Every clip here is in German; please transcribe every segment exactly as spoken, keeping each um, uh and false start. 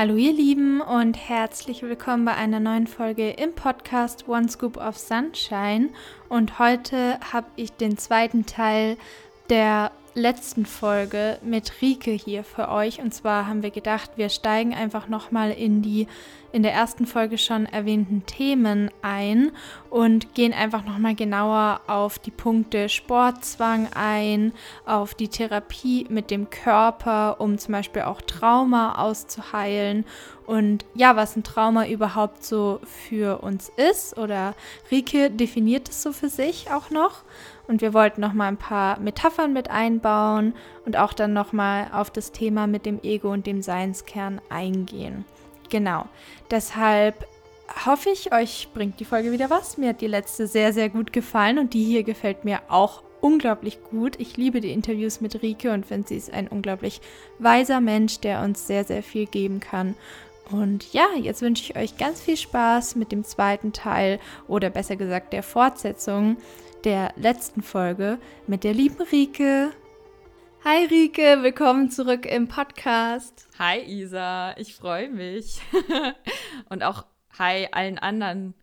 Hallo ihr Lieben und herzlich willkommen bei einer neuen Folge im Podcast One Scoop of Sunshine. Und heute habe ich den zweiten Teil der letzten Folge mit Rike hier für euch. Und zwar haben wir gedacht, wir steigen einfach nochmal in die in der ersten Folge schon erwähnten Themen ein und gehen einfach nochmal genauer auf die Punkte Sportzwang ein, auf die Therapie mit dem Körper, um zum Beispiel auch Trauma auszuheilen und ja, was ein Trauma überhaupt so für uns ist, oder Rike definiert es so für sich auch noch. Und wir wollten noch mal ein paar Metaphern mit einbauen und auch dann noch mal auf das Thema mit dem Ego und dem Seinskern eingehen. Genau, deshalb hoffe ich, euch bringt die Folge wieder was. Mir hat die letzte sehr, sehr gut gefallen und die hier gefällt mir auch unglaublich gut. Ich liebe die Interviews mit Rike und finde, sie ist ein unglaublich weiser Mensch, der uns sehr, sehr viel geben kann. Und ja, jetzt wünsche ich euch ganz viel Spaß mit dem zweiten Teil oder besser gesagt der Fortsetzung der letzten Folge mit der lieben Rike. Hi Rike, willkommen zurück im Podcast. Hi Isa, ich freue mich. Und auch hi allen anderen.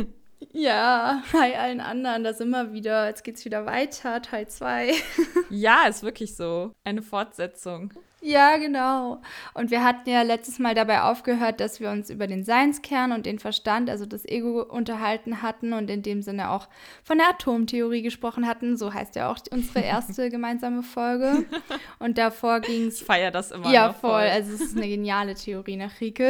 Ja, hi allen anderen, da sind wir wieder. Jetzt geht's wieder weiter, Teil zwei. Ja, ist wirklich so. Eine Fortsetzung. Ja, genau. Und wir hatten ja letztes Mal dabei aufgehört, dass wir uns über den Seinskern und den Verstand, also das Ego, unterhalten hatten und in dem Sinne auch von der Atomtheorie gesprochen hatten. So heißt ja auch unsere erste gemeinsame Folge. Und davor ging es... Ich feiere das immer Ja, noch voll. voll. Also es ist eine geniale Theorie nach Rike.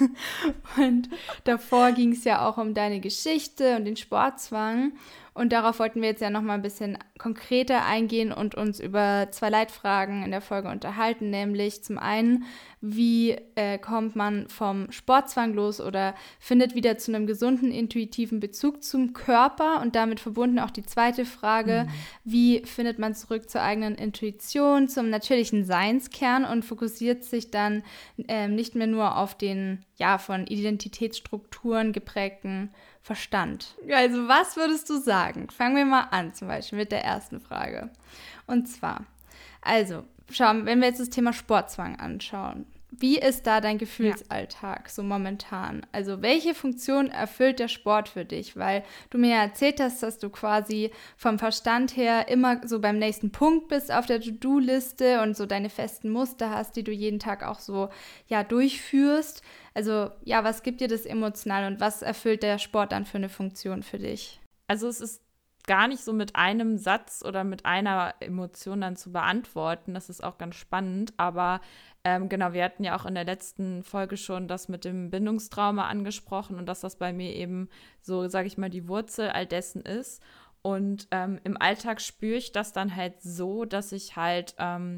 Und davor ging es ja auch um deine Geschichte und den Sportzwang. Und darauf wollten wir jetzt ja nochmal ein bisschen konkreter eingehen und uns über zwei Leitfragen in der Folge unterhalten, nämlich zum einen, wie äh, kommt man vom Sportzwang los oder findet wieder zu einem gesunden, intuitiven Bezug zum Körper, und damit verbunden auch die zweite Frage, mhm. wie findet man zurück zur eigenen Intuition, zum natürlichen Seinskern und fokussiert sich dann äh, nicht mehr nur auf den, ja, von Identitätsstrukturen geprägten Verstand. Also was würdest du sagen? Fangen wir mal an, zum Beispiel mit der ersten Frage. Und zwar, also, schauen, wenn wir jetzt das Thema Sportzwang anschauen, wie ist da dein Gefühlsalltag ja. so momentan? Also welche Funktion erfüllt der Sport für dich? Weil du mir ja erzählt hast, dass du quasi vom Verstand her immer so beim nächsten Punkt bist auf der To-Do-Liste und so deine festen Muster hast, die du jeden Tag auch so ja durchführst. Also ja, was gibt dir das emotional und was erfüllt der Sport dann für eine Funktion für dich? Also es ist gar nicht so mit einem Satz oder mit einer Emotion dann zu beantworten. Das ist auch ganz spannend. Aber ähm, genau, wir hatten ja auch in der letzten Folge schon das mit dem Bindungstrauma angesprochen und dass das bei mir eben so, sage ich mal, die Wurzel all dessen ist. Und ähm, im Alltag spüre ich das dann halt so, dass ich halt, ähm,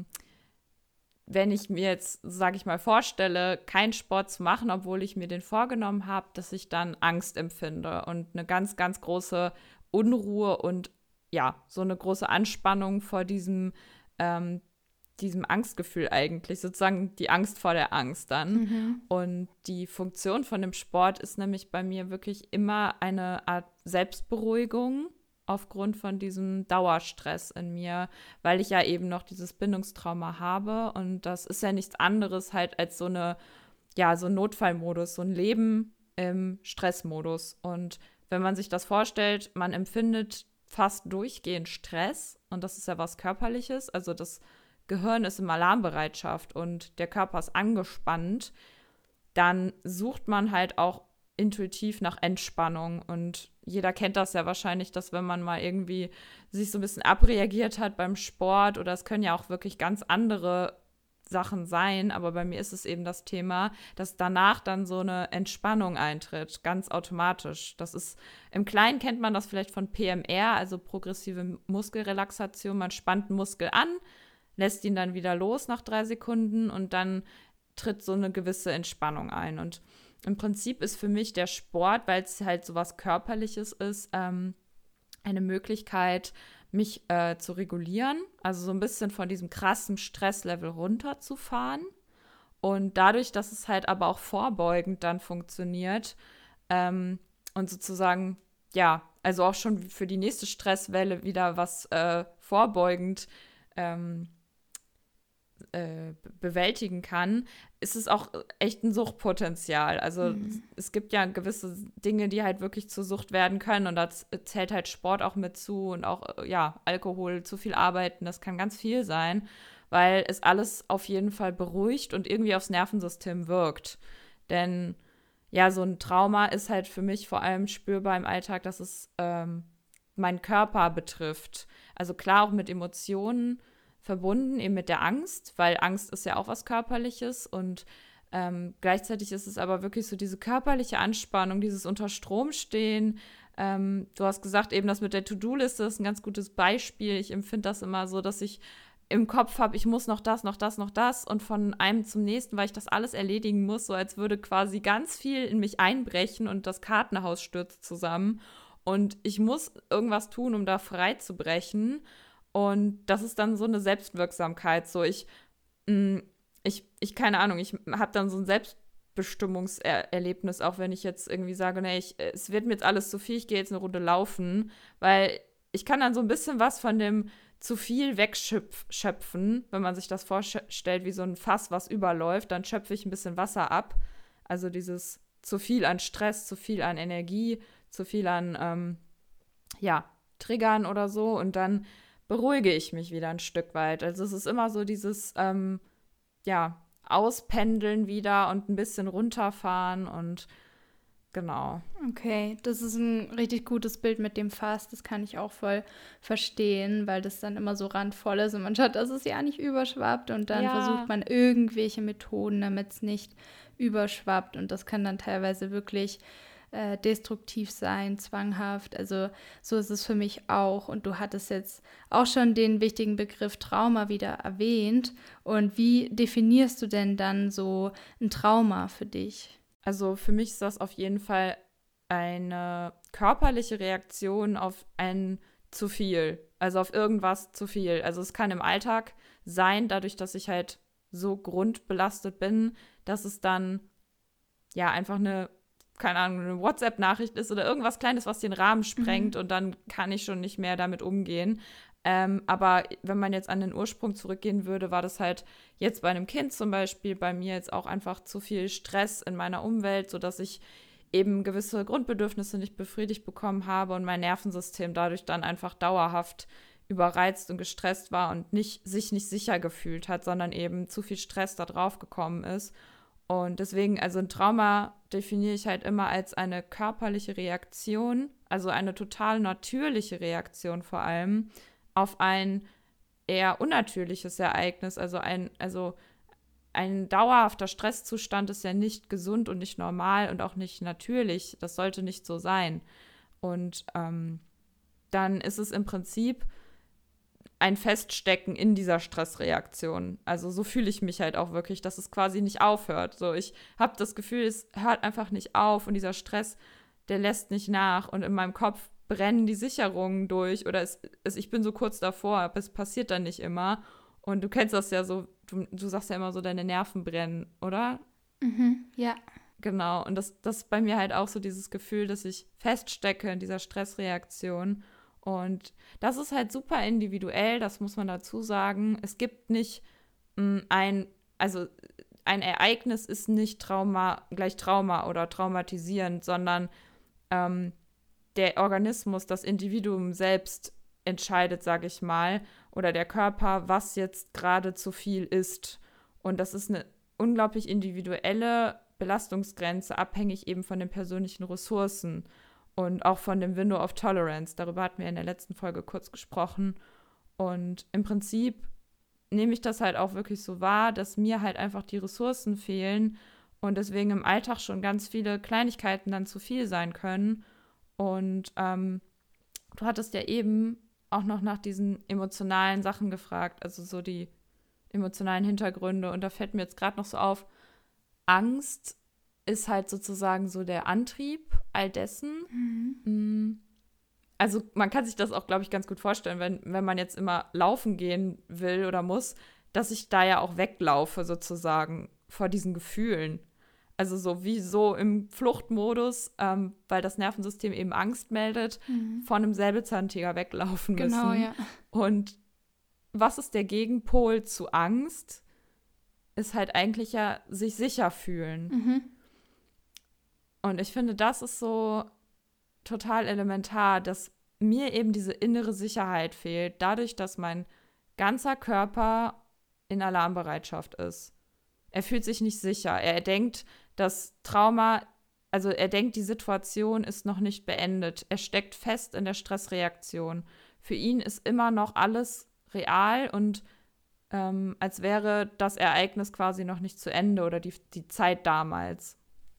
wenn ich mir jetzt, sage ich mal, vorstelle, keinen Sport zu machen, obwohl ich mir den vorgenommen habe, dass ich dann Angst empfinde und eine ganz, ganz große Unruhe und ja, so eine große Anspannung vor diesem, ähm, diesem Angstgefühl eigentlich, sozusagen die Angst vor der Angst dann. Mhm. Und die Funktion von dem Sport ist nämlich bei mir wirklich immer eine Art Selbstberuhigung aufgrund von diesem Dauerstress in mir, weil ich ja eben noch dieses Bindungstrauma habe, und das ist ja nichts anderes halt als so eine, ja, so ein Notfallmodus, so ein Leben im Stressmodus. Und wenn man sich das vorstellt, man empfindet fast durchgehend Stress, und das ist ja was Körperliches, also das Gehirn ist in Alarmbereitschaft und der Körper ist angespannt, dann sucht man halt auch intuitiv nach Entspannung, und jeder kennt das ja wahrscheinlich, dass wenn man mal irgendwie sich so ein bisschen abreagiert hat beim Sport, oder es können ja auch wirklich ganz andere Sachen sein, aber bei mir ist es eben das Thema, dass danach dann so eine Entspannung eintritt, ganz automatisch. Das ist, im Kleinen kennt man das vielleicht von P M R, also progressive Muskelrelaxation. Man spannt einen Muskel an, lässt ihn dann wieder los nach drei Sekunden und dann tritt so eine gewisse Entspannung ein. Und im Prinzip ist für mich der Sport, weil es halt so was Körperliches ist, ähm, eine Möglichkeit, mich äh, zu regulieren, also so ein bisschen von diesem krassen Stresslevel runterzufahren. Und dadurch, dass es halt aber auch vorbeugend dann funktioniert ähm, und sozusagen, ja, also auch schon für die nächste Stresswelle wieder was äh, vorbeugend ähm, äh, bewältigen kann, ist es auch echt ein Suchtpotenzial. Also Mhm. es gibt ja gewisse Dinge, die halt wirklich zur Sucht werden können und da zählt halt Sport auch mit zu und auch, ja, Alkohol, zu viel arbeiten, das kann ganz viel sein, weil es alles auf jeden Fall beruhigt und irgendwie aufs Nervensystem wirkt. Denn ja, so ein Trauma ist halt für mich vor allem spürbar im Alltag, dass es ähm, meinen Körper betrifft. Also klar auch mit Emotionen verbunden, eben mit der Angst, weil Angst ist ja auch was Körperliches und ähm, gleichzeitig ist es aber wirklich so diese körperliche Anspannung, dieses unter Strom stehen. Ähm, du hast gesagt, eben das mit der To-Do-Liste ist ein ganz gutes Beispiel. Ich empfinde das immer so, dass ich im Kopf habe, ich muss noch das, noch das, noch das und von einem zum nächsten, weil ich das alles erledigen muss, so als würde quasi ganz viel in mich einbrechen und das Kartenhaus stürzt zusammen und ich muss irgendwas tun, um da frei zu brechen und das ist dann so eine Selbstwirksamkeit, so ich, mh, ich, ich keine Ahnung, ich habe dann so ein Selbstbestimmungserlebnis, auch wenn ich jetzt irgendwie sage, nee, ich, es wird mir jetzt alles zu viel, ich gehe jetzt eine Runde laufen, weil ich kann dann so ein bisschen was von dem zu viel wegschöpfen, wenn man sich das vorstellt wie so ein Fass, was überläuft, dann schöpfe ich ein bisschen Wasser ab. Also dieses zu viel an Stress, zu viel an Energie, zu viel an, ähm, ja, Triggern oder so und dann beruhige ich mich wieder ein Stück weit. Also es ist immer so dieses, ähm, ja, Auspendeln wieder und ein bisschen runterfahren und genau. Okay, das ist ein richtig gutes Bild mit dem Fass. Das kann ich auch voll verstehen, weil das dann immer so randvoll ist und man schaut, dass es ja nicht überschwappt und dann versucht Ja, man irgendwelche Methoden, damit es nicht überschwappt und das kann dann teilweise wirklich äh, destruktiv sein, zwanghaft. Also so ist es für mich auch und du hattest jetzt auch schon den wichtigen Begriff Trauma wieder erwähnt und wie definierst du denn dann so ein Trauma für dich? also für mich ist das auf jeden Fall eine körperliche Reaktion auf ein zu viel, also auf irgendwas zu viel. Also es kann im Alltag sein, dadurch, dass ich halt so grundbelastet bin, dass es dann ja einfach eine, keine Ahnung, eine WhatsApp-Nachricht ist oder irgendwas Kleines, was den Rahmen sprengt Mhm. und dann kann ich schon nicht mehr damit umgehen. Ähm, aber wenn man jetzt an den Ursprung zurückgehen würde, war das halt jetzt bei einem Kind zum Beispiel, bei mir jetzt auch einfach zu viel Stress in meiner Umwelt, sodass ich eben gewisse Grundbedürfnisse nicht befriedigt bekommen habe und mein Nervensystem dadurch dann einfach dauerhaft überreizt und gestresst war und nicht, sich nicht sicher gefühlt hat, sondern eben zu viel Stress da drauf gekommen ist. Und deswegen, also ein Trauma definiere ich halt immer als eine körperliche Reaktion, also eine total natürliche Reaktion vor allem, auf ein eher unnatürliches Ereignis, also ein, also ein dauerhafter Stresszustand ist ja nicht gesund und nicht normal und auch nicht natürlich. Das sollte nicht so sein. Und ähm, dann ist es im Prinzip ein Feststecken in dieser Stressreaktion. Also so fühle ich mich halt auch wirklich, dass es quasi nicht aufhört. So, ich habe das Gefühl, es hört einfach nicht auf und dieser Stress, der lässt nicht nach und in meinem Kopf brennen die Sicherungen durch oder es, es, ich bin so kurz davor, aber es passiert dann nicht immer. Und du kennst das ja so, du, du sagst ja immer so, deine Nerven brennen, oder? Mhm. Ja. Genau. Und das, das ist bei mir halt auch so dieses Gefühl, dass ich feststecke in dieser Stressreaktion. Und das ist halt super individuell, das muss man dazu sagen. Es gibt nicht mh, ein, also ein Ereignis ist nicht Trauma gleich Trauma oder traumatisierend, sondern ähm, der Organismus, das Individuum selbst entscheidet, sage ich mal, oder der Körper, was jetzt gerade zu viel ist. Und das ist eine unglaublich individuelle Belastungsgrenze, abhängig eben von den persönlichen Ressourcen und auch von dem Window of Tolerance. Darüber hatten wir in der letzten Folge kurz gesprochen. Und im Prinzip nehme ich das halt auch wirklich so wahr, dass mir halt einfach die Ressourcen fehlen und deswegen im Alltag schon ganz viele Kleinigkeiten dann zu viel sein können. Und ähm, du hattest ja eben auch noch nach diesen emotionalen Sachen gefragt, also so die emotionalen Hintergründe. Und da fällt mir jetzt gerade noch so auf, Angst ist halt sozusagen so der Antrieb all dessen. Mhm. Mm, Also man kann sich das auch, glaube ich, ganz gut vorstellen, wenn, wenn man jetzt immer laufen gehen will oder muss, dass ich da ja auch weglaufe sozusagen vor diesen Gefühlen. Also so wie so im Fluchtmodus, ähm, weil das Nervensystem eben Angst meldet, Mhm. vor einem Säbelzahntiger weglaufen Genau, müssen. ja. Und was ist der Gegenpol zu Angst? ist halt eigentlich ja sich sicher fühlen. Mhm. Und ich finde, das ist so total elementar, dass mir eben diese innere Sicherheit fehlt, dadurch, dass mein ganzer Körper in Alarmbereitschaft ist. Er fühlt sich nicht sicher. Er denkt, das Trauma, also er denkt, die Situation ist noch nicht beendet. Er steckt fest in der Stressreaktion. Für ihn ist immer noch alles real und ähm, als wäre das Ereignis quasi noch nicht zu Ende oder die, die Zeit damals.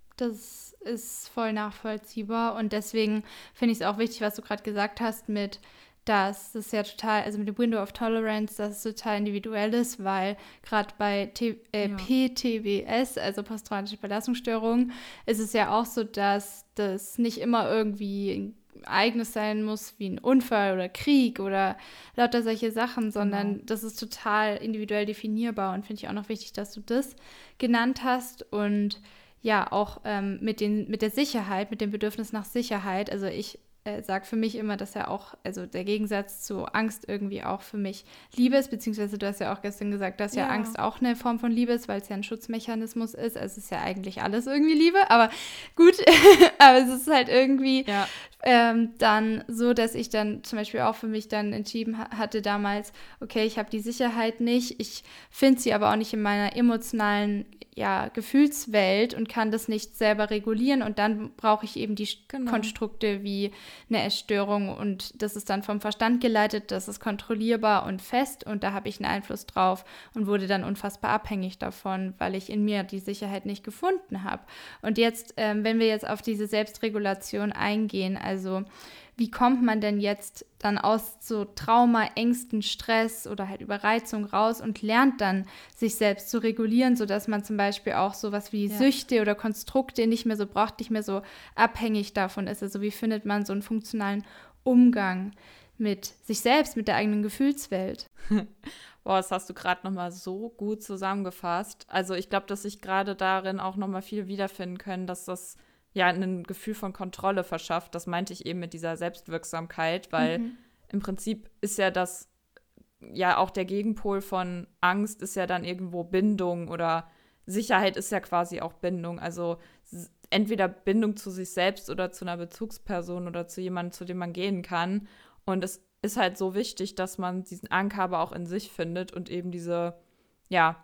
Das ist voll nachvollziehbar und deswegen finde ich es auch wichtig, was du gerade gesagt hast mit, dass das ja total, also mit dem Window of Tolerance, dass es total individuell ist, weil gerade bei T- äh, Ja. P T B S, also posttraumatische Belastungsstörung, ist es ja auch so, dass das nicht immer irgendwie ein Ereignis sein muss, wie ein Unfall oder Krieg oder lauter solche Sachen, sondern Genau. das ist total individuell definierbar und finde ich auch noch wichtig, dass du das genannt hast und ja, auch ähm, mit, den, mit der Sicherheit, mit dem Bedürfnis nach Sicherheit. Also ich äh, sage für mich immer, dass ja auch, also der Gegensatz zu Angst irgendwie auch für mich Liebe ist, beziehungsweise du hast ja auch gestern gesagt, dass ja, Ja. Angst auch eine Form von Liebe ist, weil es ja ein Schutzmechanismus ist. Also es ist ja eigentlich alles irgendwie Liebe, aber gut, aber es ist halt irgendwie Ja. ähm, dann so, dass ich dann zum Beispiel auch für mich dann entschieden ha- hatte damals, okay, ich habe die Sicherheit nicht, ich finde sie aber auch nicht in meiner emotionalen ja, Gefühlswelt und kann das nicht selber regulieren und dann brauche ich eben die Sch- Genau. Konstrukte wie eine Essstörung und das ist dann vom Verstand geleitet, das ist kontrollierbar und fest und da habe ich einen Einfluss drauf und wurde dann unfassbar abhängig davon, weil ich in mir die Sicherheit nicht gefunden habe. Und jetzt, ähm, wenn wir jetzt auf diese Selbstregulation eingehen, also wie kommt man denn jetzt dann aus so Trauma, Ängsten, Stress oder halt Überreizung raus und lernt dann, sich selbst zu regulieren, sodass man zum Beispiel auch sowas wie Ja. Süchte oder Konstrukte nicht mehr so braucht, nicht mehr so abhängig davon ist. Also wie findet man so einen funktionalen Umgang mit sich selbst, mit der eigenen Gefühlswelt? Boah, das hast du gerade nochmal so gut zusammengefasst. Also ich glaube, dass sich gerade darin auch nochmal viel wiederfinden können, dass das ja ein Gefühl von Kontrolle verschafft. Das meinte ich eben mit dieser Selbstwirksamkeit, weil Mhm. im Prinzip ist ja das, ja auch der Gegenpol von Angst ist ja dann irgendwo Bindung oder Sicherheit ist ja quasi auch Bindung. Also s- entweder Bindung zu sich selbst oder zu einer Bezugsperson oder zu jemandem, zu dem man gehen kann. Und es ist halt so wichtig, dass man diesen Anker aber auch in sich findet und eben diese ja,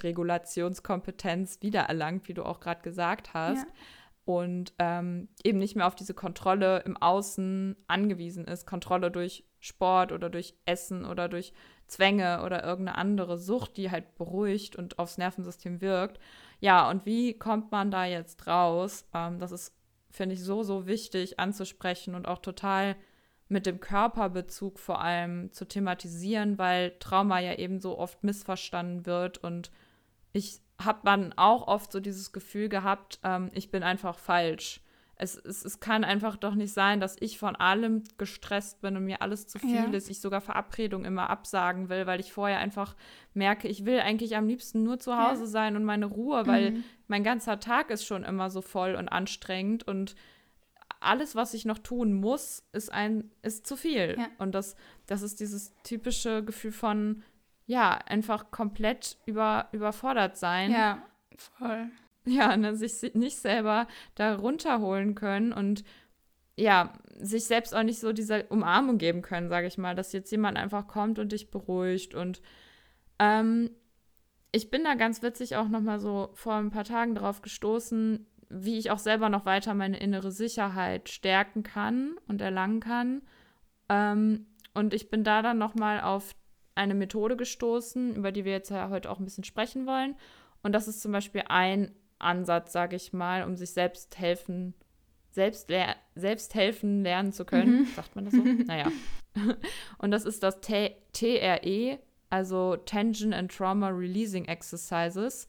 Selbstregulationskompetenz wiedererlangt, wie du auch gerade gesagt hast. Ja. Und ähm, eben nicht mehr auf diese Kontrolle im Außen angewiesen ist. Kontrolle durch Sport oder durch Essen oder durch Zwänge oder irgendeine andere Sucht, die halt beruhigt und aufs Nervensystem wirkt. Ja, und wie kommt man da jetzt raus? Ähm, das ist, finde ich, so, so wichtig anzusprechen und auch total mit dem Körperbezug vor allem zu thematisieren, weil Trauma ja eben so oft missverstanden wird und ich habe dann auch oft so dieses Gefühl gehabt, ähm, ich bin einfach falsch. Es, es, es kann einfach doch nicht sein, dass ich von allem gestresst bin und mir alles zu viel Ja. ist. Ich sogar Verabredungen immer absagen will, weil ich vorher einfach merke, ich will eigentlich am liebsten nur zu Hause Ja. sein und meine Ruhe, weil Mhm. mein ganzer Tag ist schon immer so voll und anstrengend und alles, was ich noch tun muss, ist ein ist zu viel. Ja. Und das, das ist dieses typische Gefühl von, ja, einfach komplett über, überfordert sein. Ja, voll. Ja, ne, sich si- nicht selber da runterholen können und ja, sich selbst auch nicht so diese Umarmung geben können, sage ich mal, dass jetzt jemand einfach kommt und dich beruhigt. Und ähm, ich bin da ganz witzig auch noch mal so vor ein paar Tagen drauf gestoßen, wie ich auch selber noch weiter meine innere Sicherheit stärken kann und erlangen kann. Ähm, und ich bin da dann noch mal auf eine Methode gestoßen, über die wir jetzt ja heute auch ein bisschen sprechen wollen. Und das ist zum Beispiel ein Ansatz, sage ich mal, um sich selbst helfen, selbst, ler- selbst helfen lernen zu können. Mhm. Sagt man das so? Naja. Und das ist das T- T R E, also Tension and Trauma Releasing Exercises.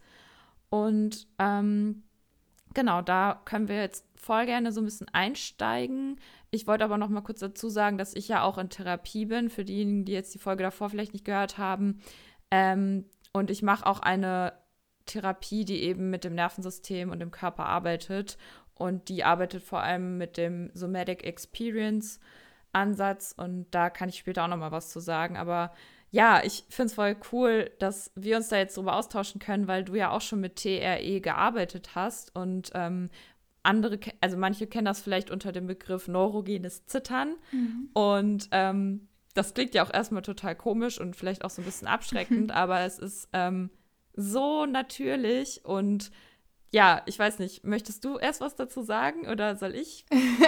Und ähm, genau, da können wir jetzt voll gerne so ein bisschen einsteigen. Ich wollte aber noch mal kurz dazu sagen, dass ich ja auch in Therapie bin, für diejenigen, die jetzt die Folge davor vielleicht nicht gehört haben. Ähm, und ich mache auch eine Therapie, die eben mit dem Nervensystem und dem Körper arbeitet. Und die arbeitet vor allem mit dem Somatic Experience Ansatz. Und da kann ich später auch noch mal was zu sagen. Aber ja, ich finde es voll cool, dass wir uns da jetzt drüber austauschen können, weil du ja auch schon mit T R E gearbeitet hast und ähm, andere, also manche kennen das vielleicht unter dem Begriff neurogenes Zittern. Mhm. Und ähm, das klingt ja auch erstmal total komisch und vielleicht auch so ein bisschen abschreckend, aber es ist ähm, so natürlich und ja, ich weiß nicht, möchtest du erst was dazu sagen oder soll ich?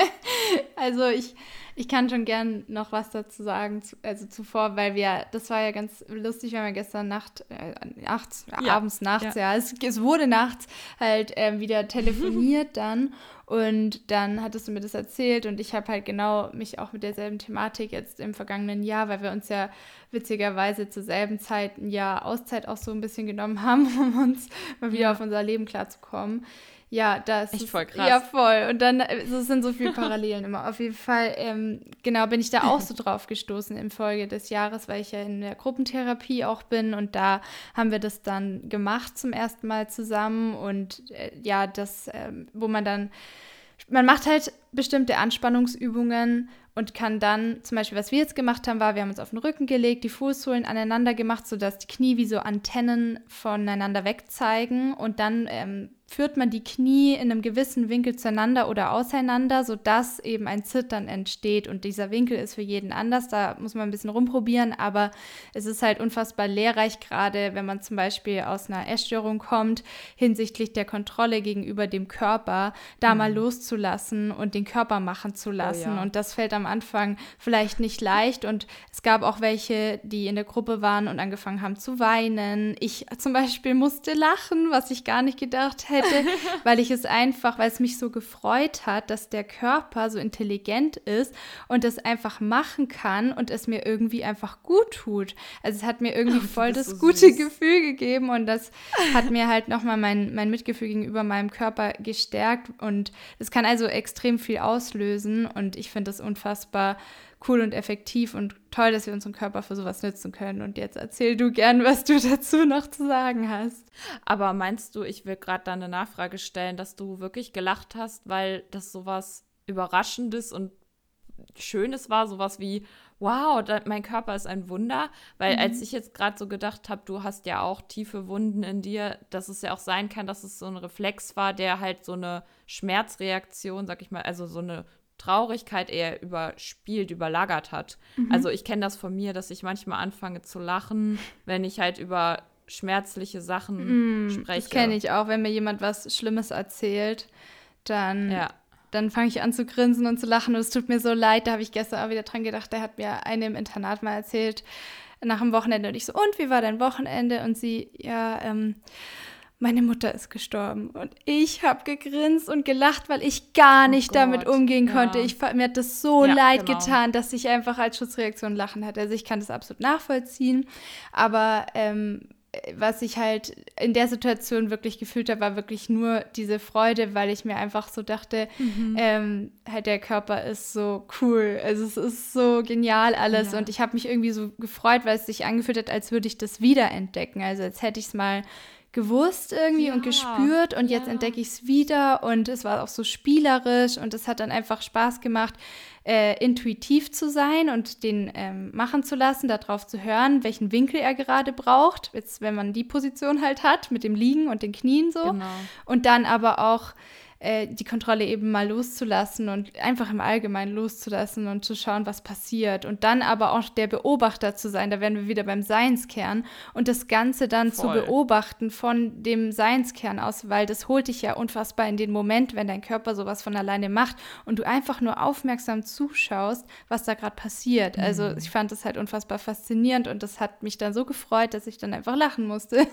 Also ich, ich kann schon gern noch was dazu sagen, zu, also zuvor, weil wir, das war ja ganz lustig, wir haben ja gestern Nacht, äh, nachts, ja, abends, nachts, ja, ja es, es wurde nachts halt ähm, wieder telefoniert dann und dann hattest du mir das erzählt und ich habe halt genau mich auch mit derselben Thematik jetzt im vergangenen Jahr, weil wir uns ja witzigerweise zur selben Zeit ein Jahr Auszeit auch so ein bisschen genommen haben, um uns mal wieder ja. auf unser Leben klarzukommen. Ja, das Echt ist voll krass. Ja, voll. Und dann es sind so viele Parallelen immer. Auf jeden Fall, ähm, genau, bin ich da auch so drauf gestoßen im Folge des Jahres, weil ich ja in der Gruppentherapie auch bin und da haben wir das dann gemacht zum ersten Mal zusammen und äh, ja, das, ähm, wo man dann, man macht halt bestimmte Anspannungsübungen und kann dann, zum Beispiel, was wir jetzt gemacht haben, war, wir haben uns auf den Rücken gelegt, die Fußsohlen aneinander gemacht, sodass die Knie wie so Antennen voneinander wegzeigen und dann ähm, führt man die Knie in einem gewissen Winkel zueinander oder auseinander, sodass eben ein Zittern entsteht. Und dieser Winkel ist für jeden anders, da muss man ein bisschen rumprobieren, aber es ist halt unfassbar lehrreich, gerade wenn man zum Beispiel aus einer Essstörung kommt, hinsichtlich der Kontrolle gegenüber dem Körper, da mhm. mal loszulassen und den Körper machen zu lassen. Oh, ja. Und das fällt am Anfang vielleicht nicht leicht. Und es gab auch welche, die in der Gruppe waren und angefangen haben zu weinen. Ich zum Beispiel musste lachen, was ich gar nicht gedacht hätte. weil ich es einfach, weil es mich so gefreut hat, dass der Körper so intelligent ist und es einfach machen kann und es mir irgendwie einfach gut tut. Also es hat mir irgendwie oh, voll das so gute süß. Gefühl gegeben und das hat mir halt nochmal mein, mein Mitgefühl gegenüber meinem Körper gestärkt und es kann also extrem viel auslösen und ich finde das unfassbar cool und effektiv und toll, dass wir unseren Körper für sowas nutzen können. Und jetzt erzähl du gern, was du dazu noch zu sagen hast. Aber meinst du, ich will gerade da eine Nachfrage stellen, dass du wirklich gelacht hast, weil das sowas Überraschendes und Schönes war, sowas wie, wow, da, mein Körper ist ein Wunder? Weil mhm. als ich jetzt gerade so gedacht habe, du hast ja auch tiefe Wunden in dir, dass es ja auch sein kann, dass es so ein Reflex war, der halt so eine Schmerzreaktion, sag ich mal, also so eine Traurigkeit eher überspielt, überlagert hat. Mhm. Also ich kenne das von mir, dass ich manchmal anfange zu lachen, wenn ich halt über schmerzliche Sachen mm, spreche. Das kenne ich auch, wenn mir jemand was Schlimmes erzählt, dann, ja. dann fange ich an zu grinsen und zu lachen und es tut mir so leid. Da habe ich gestern auch wieder dran gedacht, der hat mir eine im Internat mal erzählt, nach dem Wochenende und ich so, und wie war dein Wochenende? Und sie, ja, ähm, meine Mutter ist gestorben und ich habe gegrinst und gelacht, weil ich gar nicht oh damit umgehen ja. konnte. Ich, mir hat das so ja, leid genau. getan, dass ich einfach als Schutzreaktion lachen hatte. Also ich kann das absolut nachvollziehen, aber ähm, was ich halt in der Situation wirklich gefühlt habe, war wirklich nur diese Freude, weil ich mir einfach so dachte, mhm. ähm, halt der Körper ist so cool, also es ist so genial alles ja. und ich habe mich irgendwie so gefreut, weil es sich angefühlt hat, als würde ich das wiederentdecken, also als hätte ich es mal gewusst irgendwie ja, und gespürt und ja. jetzt entdecke ich es wieder und es war auch so spielerisch und es hat dann einfach Spaß gemacht, äh, intuitiv zu sein und den ähm, machen zu lassen, darauf zu hören, welchen Winkel er gerade braucht, jetzt wenn man die Position halt hat, mit dem Liegen und den Knien so genau. und dann aber auch die Kontrolle eben mal loszulassen und einfach im Allgemeinen loszulassen und zu schauen, was passiert. Und dann aber auch der Beobachter zu sein, da wären wir wieder beim Seinskern und das Ganze dann Voll. Zu beobachten von dem Seinskern aus, weil das holt dich ja unfassbar in den Moment, wenn dein Körper sowas von alleine macht und du einfach nur aufmerksam zuschaust, was da gerade passiert. Mhm. Also ich fand das halt unfassbar faszinierend und das hat mich dann so gefreut, dass ich dann einfach lachen musste.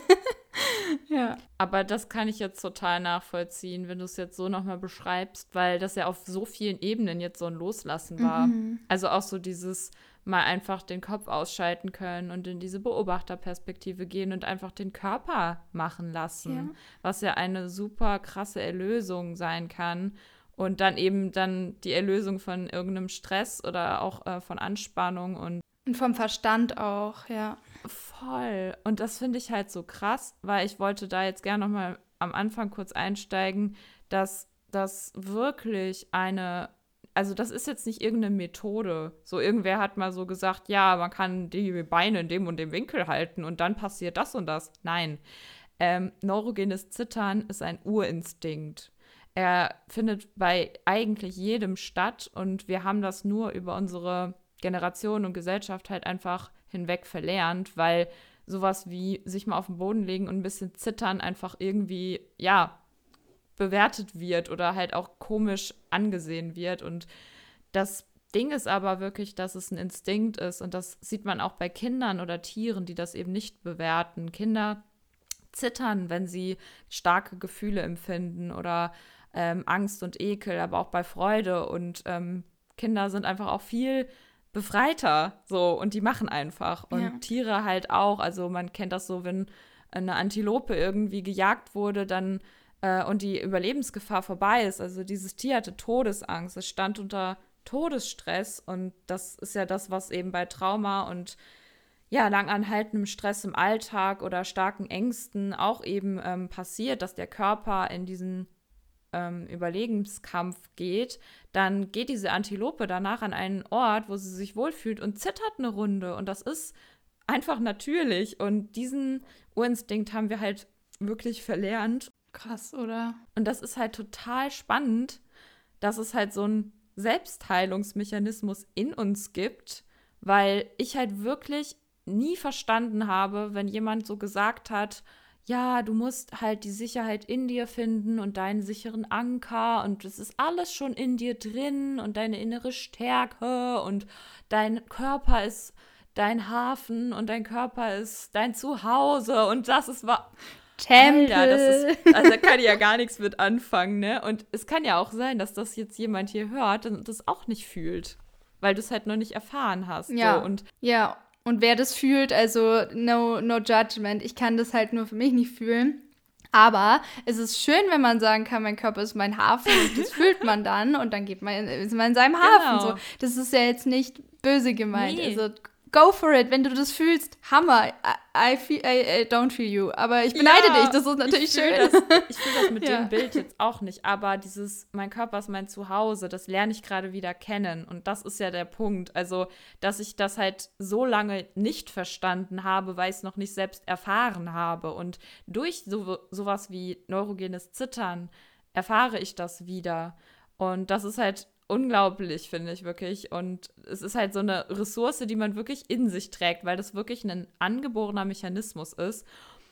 Ja. Aber das kann ich jetzt total nachvollziehen, wenn du es jetzt so nochmal beschreibst, weil das ja auf so vielen Ebenen jetzt so ein Loslassen war. Mhm. Also auch so dieses mal einfach den Kopf ausschalten können und in diese Beobachterperspektive gehen und einfach den Körper machen lassen, ja. was ja eine super krasse Erlösung sein kann. Und dann eben dann die Erlösung von irgendeinem Stress oder auch äh, von Anspannung und Und vom Verstand auch, ja. Voll. Und das finde ich halt so krass, weil ich wollte da jetzt gerne noch mal am Anfang kurz einsteigen, dass das wirklich eine also das ist jetzt nicht irgendeine Methode. So irgendwer hat mal so gesagt, ja, man kann die Beine in dem und dem Winkel halten und dann passiert das und das. Nein. Ähm, neurogenes Zittern ist ein Urinstinkt. Er findet bei eigentlich jedem statt und wir haben das nur über unsere Generation und Gesellschaft halt einfach hinweg verlernt, weil sowas wie sich mal auf den Boden legen und ein bisschen zittern einfach irgendwie, ja, bewertet wird oder halt auch komisch angesehen wird. Und das Ding ist aber wirklich, dass es ein Instinkt ist und das sieht man auch bei Kindern oder Tieren, die das eben nicht bewerten. Kinder zittern, wenn sie starke Gefühle empfinden oder ähm, Angst und Ekel, aber auch bei Freude. Und ähm, Kinder sind einfach auch viel befreiter so und die machen einfach. Und Ja. Tiere halt auch. Also man kennt das so, wenn eine Antilope irgendwie gejagt wurde, dann äh, und die Überlebensgefahr vorbei ist. Also dieses Tier hatte Todesangst, es stand unter Todesstress und das ist ja das, was eben bei Trauma und ja, langanhaltendem Stress im Alltag oder starken Ängsten auch eben ähm, passiert, dass der Körper in diesen ähm, Überlebenskampf geht, dann geht diese Antilope danach an einen Ort, wo sie sich wohlfühlt und zittert eine Runde. Und das ist einfach natürlich. Und diesen Urinstinkt haben wir halt wirklich verlernt. Krass, oder? Und das ist halt total spannend, dass es halt so einen Selbstheilungsmechanismus in uns gibt, weil ich halt wirklich nie verstanden habe, wenn jemand so gesagt hat, ja, du musst halt die Sicherheit in dir finden und deinen sicheren Anker und es ist alles schon in dir drin und deine innere Stärke und dein Körper ist dein Hafen und dein Körper ist dein Zuhause und das ist wahr. Tempel. Alter, das ist, also da kann ich ja gar nichts mit anfangen, ne? Und es kann ja auch sein, dass das jetzt jemand hier hört und das auch nicht fühlt, weil du es halt noch nicht erfahren hast. Ja, so. und ja. Und wer das fühlt, also no, no judgment. Ich kann das halt nur für mich nicht fühlen. Aber es ist schön, wenn man sagen kann, mein Körper ist mein Hafen und das fühlt man dann und dann geht man, ist man in seinem Hafen. Genau. So. Das ist ja jetzt nicht böse gemeint. Nee. Also go for it, wenn du das fühlst. Hammer. I, I, feel, I, I don't feel you. Aber ich beneide Ja, dich, das ist natürlich ich fühl schön. Das, ich fühle das mit Ja. dem Bild jetzt auch nicht, aber dieses, mein Körper ist mein Zuhause, das lerne ich gerade wieder kennen und das ist ja der Punkt. Also, dass ich das halt so lange nicht verstanden habe, weil ich es noch nicht selbst erfahren habe und durch so, sowas wie neurogenes Zittern erfahre ich das wieder und das ist halt unglaublich, finde ich wirklich. Und es ist halt so eine Ressource, die man wirklich in sich trägt, weil das wirklich ein angeborener Mechanismus ist.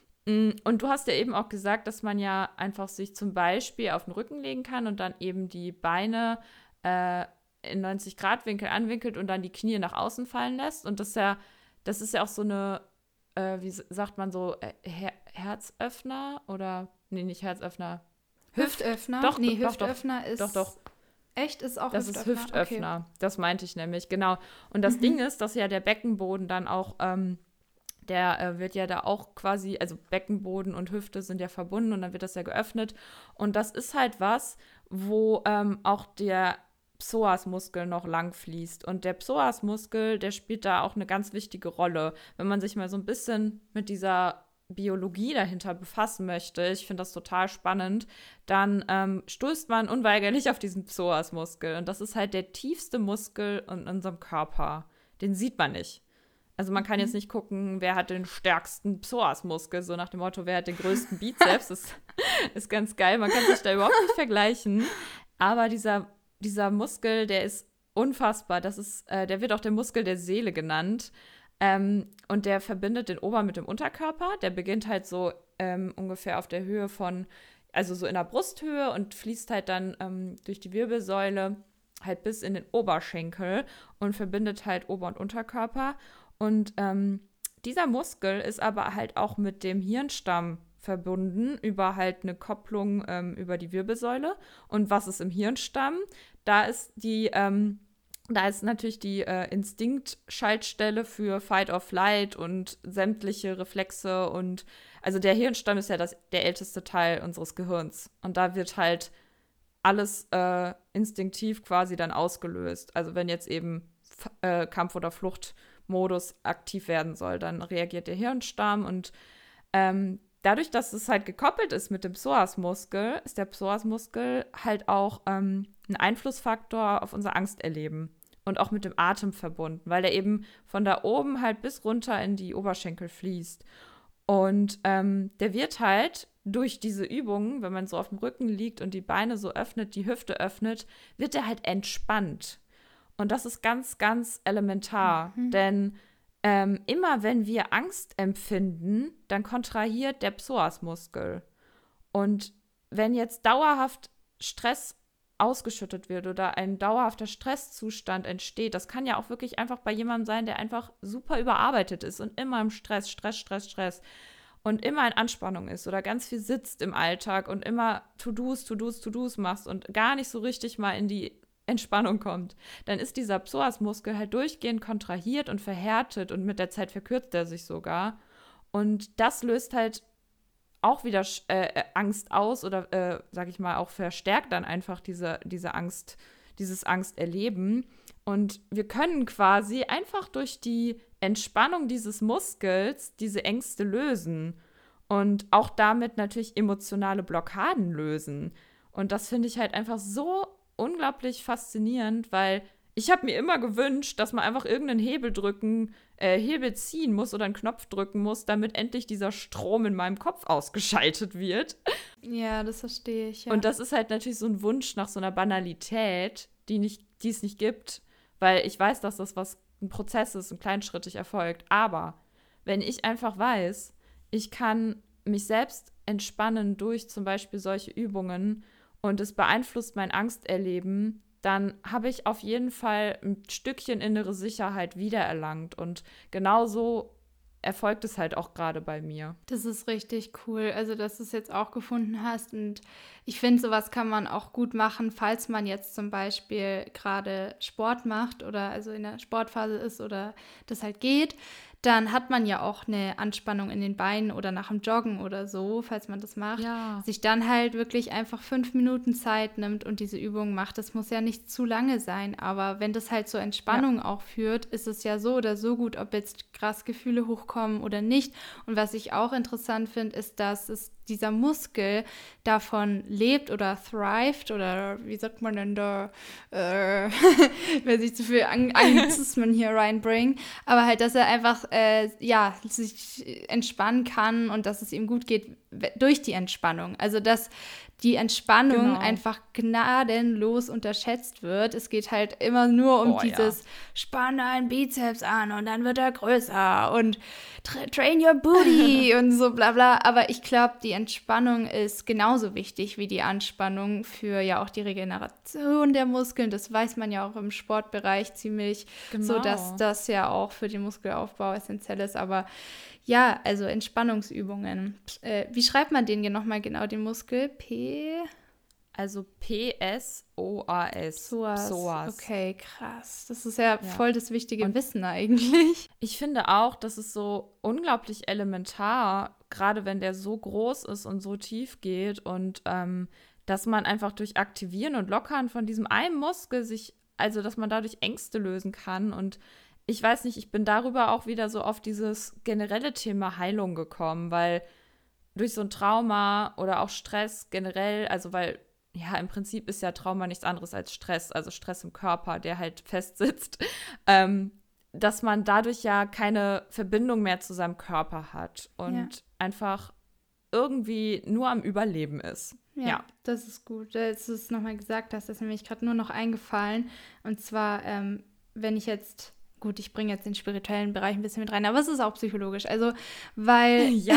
Und du hast ja eben auch gesagt, dass man ja einfach sich zum Beispiel auf den Rücken legen kann und dann eben die Beine äh, in neunzig Grad Winkel anwinkelt und dann die Knie nach außen fallen lässt. Und das ist ja, das ist ja auch so eine, äh, wie sagt man so, äh, Her- Herzöffner oder, nee, nicht Herzöffner. Hüftöffner? Doch, nee, doch, doch, Hüftöffner ist. Doch, doch. Echt? Ist auch Das Hüftöffner? ist Hüftöffner. Okay. Das meinte ich nämlich, genau. Und das Mhm. Ding ist, dass ja der Beckenboden dann auch, ähm, der äh, wird ja da auch quasi, also Beckenboden und Hüfte sind ja verbunden und dann wird das ja geöffnet. Und das ist halt was, wo ähm, auch der Psoasmuskel noch lang fließt. Und der Psoasmuskel, der spielt da auch eine ganz wichtige Rolle. Wenn man sich mal so ein bisschen mit dieser Biologie dahinter befassen möchte, ich finde das total spannend, dann ähm, stößt man unweigerlich auf diesen Psoasmuskel. Und das ist halt der tiefste Muskel in unserem Körper. Den sieht man nicht. Also man kann jetzt nicht gucken, wer hat den stärksten Psoasmuskel, so nach dem Motto, wer hat den größten Bizeps. Das ist ganz geil, man kann sich da überhaupt nicht vergleichen. Aber dieser, dieser Muskel, der ist unfassbar. Das ist, äh, der wird auch der Muskel der Seele genannt. Ähm, und der verbindet den Ober- mit dem Unterkörper. Der beginnt halt so ähm, ungefähr auf der Höhe von, also so in der Brusthöhe und fließt halt dann ähm, durch die Wirbelsäule halt bis in den Oberschenkel und verbindet halt Ober- und Unterkörper. Und ähm, dieser Muskel ist aber halt auch mit dem Hirnstamm verbunden über halt eine Kopplung ähm, über die Wirbelsäule. Und was ist im Hirnstamm? Da ist die ähm, Da ist natürlich die äh, Instinktschaltstelle für Fight or Flight und sämtliche Reflexe und also der Hirnstamm ist ja das, der älteste Teil unseres Gehirns. Und da wird halt alles äh, instinktiv quasi dann ausgelöst. Also wenn jetzt eben F- äh, Kampf- oder Fluchtmodus aktiv werden soll, dann reagiert der Hirnstamm und ähm, dadurch, dass es halt gekoppelt ist mit dem Psoasmuskel, ist der Psoasmuskel halt auch ähm, ein Einflussfaktor auf unser Angsterleben und auch mit dem Atem verbunden, weil der eben von da oben halt bis runter in die Oberschenkel fließt. Und ähm, der wird halt durch diese Übungen, wenn man so auf dem Rücken liegt und die Beine so öffnet, die Hüfte öffnet, wird der halt entspannt. Und das ist ganz, ganz elementar, mhm. denn ähm, immer wenn wir Angst empfinden, dann kontrahiert der Psoasmuskel. Und wenn jetzt dauerhaft Stress ausgeschüttet wird oder ein dauerhafter Stresszustand entsteht, das kann ja auch wirklich einfach bei jemandem sein, der einfach super überarbeitet ist und immer im Stress, Stress, Stress, Stress und immer in Anspannung ist oder ganz viel sitzt im Alltag und immer To-Dos, To-Dos, To-Dos machst und gar nicht so richtig mal in die Entspannung kommt, dann ist dieser Psoasmuskel halt durchgehend kontrahiert und verhärtet und mit der Zeit verkürzt er sich sogar. Und das löst halt auch wieder äh, Angst aus oder, äh, sag ich mal, auch verstärkt dann einfach diese, diese Angst, dieses Angsterleben. Und wir können quasi einfach durch die Entspannung dieses Muskels diese Ängste lösen und auch damit natürlich emotionale Blockaden lösen. Und das finde ich halt einfach so unglaublich faszinierend, weil ich habe mir immer gewünscht, dass man einfach irgendeinen Hebel drücken, äh, Hebel ziehen muss oder einen Knopf drücken muss, damit endlich dieser Strom in meinem Kopf ausgeschaltet wird. Ja, das verstehe ich, ja. Und das ist halt natürlich so ein Wunsch nach so einer Banalität, die nicht, die es nicht gibt, weil ich weiß, dass das was ein Prozess ist und kleinschrittig erfolgt. Aber wenn ich einfach weiß, ich kann mich selbst entspannen durch zum Beispiel solche Übungen und es beeinflusst mein Angsterleben, dann habe ich auf jeden Fall ein Stückchen innere Sicherheit wiedererlangt. Und genauso erfolgt es halt auch gerade bei mir. Das ist richtig cool, also dass du es jetzt auch gefunden hast. Und ich finde, sowas kann man auch gut machen, falls man jetzt zum Beispiel gerade Sport macht oder also in der Sportphase ist oder das halt geht. Dann hat man ja auch eine Anspannung in den Beinen oder nach dem Joggen oder so, falls man das macht. Ja. Sich dann halt wirklich einfach fünf Minuten Zeit nimmt und diese Übung macht. Das muss ja nicht zu lange sein, aber wenn das halt zur Entspannung ja. auch führt, ist es ja so oder so gut, ob jetzt krass Gefühle hochkommen oder nicht. Und was ich auch interessant finde, ist, dass es dieser Muskel davon lebt oder thrived oder wie sagt man denn da, äh, wenn ich zu viel Ang- Anglizismen hier reinbringen, aber halt, dass er einfach äh, ja, sich entspannen kann und dass es ihm gut geht durch die Entspannung. Also, dass die Entspannung genau. einfach gnadenlos unterschätzt wird. Es geht halt immer nur um oh, dieses ja. Spann deinen Bizeps an und dann wird er größer und tra- train your booty und so bla bla. Aber ich glaube, die Entspannung ist genauso wichtig wie die Anspannung für ja auch die Regeneration der Muskeln. Das weiß man ja auch im Sportbereich ziemlich, genau. so dass das ja auch für den Muskelaufbau essentiell ist. Aber ja, also Entspannungsübungen. Äh, wie schreibt man den hier nochmal genau, den Muskel? P? Also P S O A S. Psoas. Psoas. Okay, krass. Das ist ja, ja. voll das wichtige Und Wissen eigentlich. Ich finde auch, das ist so unglaublich elementar, gerade wenn der so groß ist und so tief geht und ähm, dass man einfach durch Aktivieren und Lockern von diesem einen Muskel sich, also dass man dadurch Ängste lösen kann. Und ich weiß nicht, ich bin darüber auch wieder so auf dieses generelle Thema Heilung gekommen, weil durch so ein Trauma oder auch Stress generell, also weil, ja, im Prinzip ist ja Trauma nichts anderes als Stress, also Stress im Körper, der halt festsitzt, ähm, dass man dadurch ja keine Verbindung mehr zu seinem Körper hat und ja. einfach irgendwie nur am Überleben ist. Ja, ja, das ist gut, dass du es nochmal gesagt hast, das ist nämlich gerade nur noch eingefallen. Und zwar, ähm, wenn ich jetzt Gut, ich bringe jetzt den spirituellen Bereich ein bisschen mit rein, aber es ist auch psychologisch. Also, weil. Ja.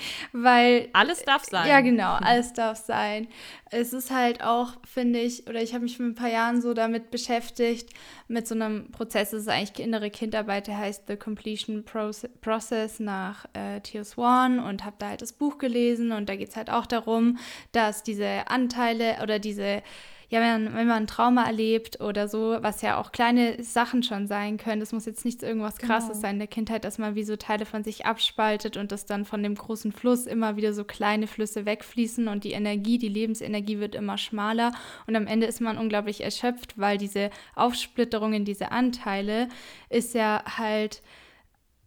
weil. Alles darf sein. Ja, genau, alles darf sein. Es ist halt auch, finde ich, oder ich habe mich vor ein paar Jahren so damit beschäftigt, mit so einem Prozess, das ist eigentlich innere Kindarbeit, der heißt The Completion Process nach äh, Theo Swan und habe da halt das Buch gelesen und da geht es halt auch darum, dass diese Anteile oder diese. Ja, wenn, wenn man ein Trauma erlebt oder so, was ja auch kleine Sachen schon sein können, das muss jetzt nicht irgendwas Krasses genau. sein in der Kindheit, dass man wie so Teile von sich abspaltet und das dann von dem großen Fluss immer wieder so kleine Flüsse wegfließen und die Energie, die Lebensenergie wird immer schmaler und am Ende ist man unglaublich erschöpft, weil diese Aufsplitterung in diese Anteile ist ja halt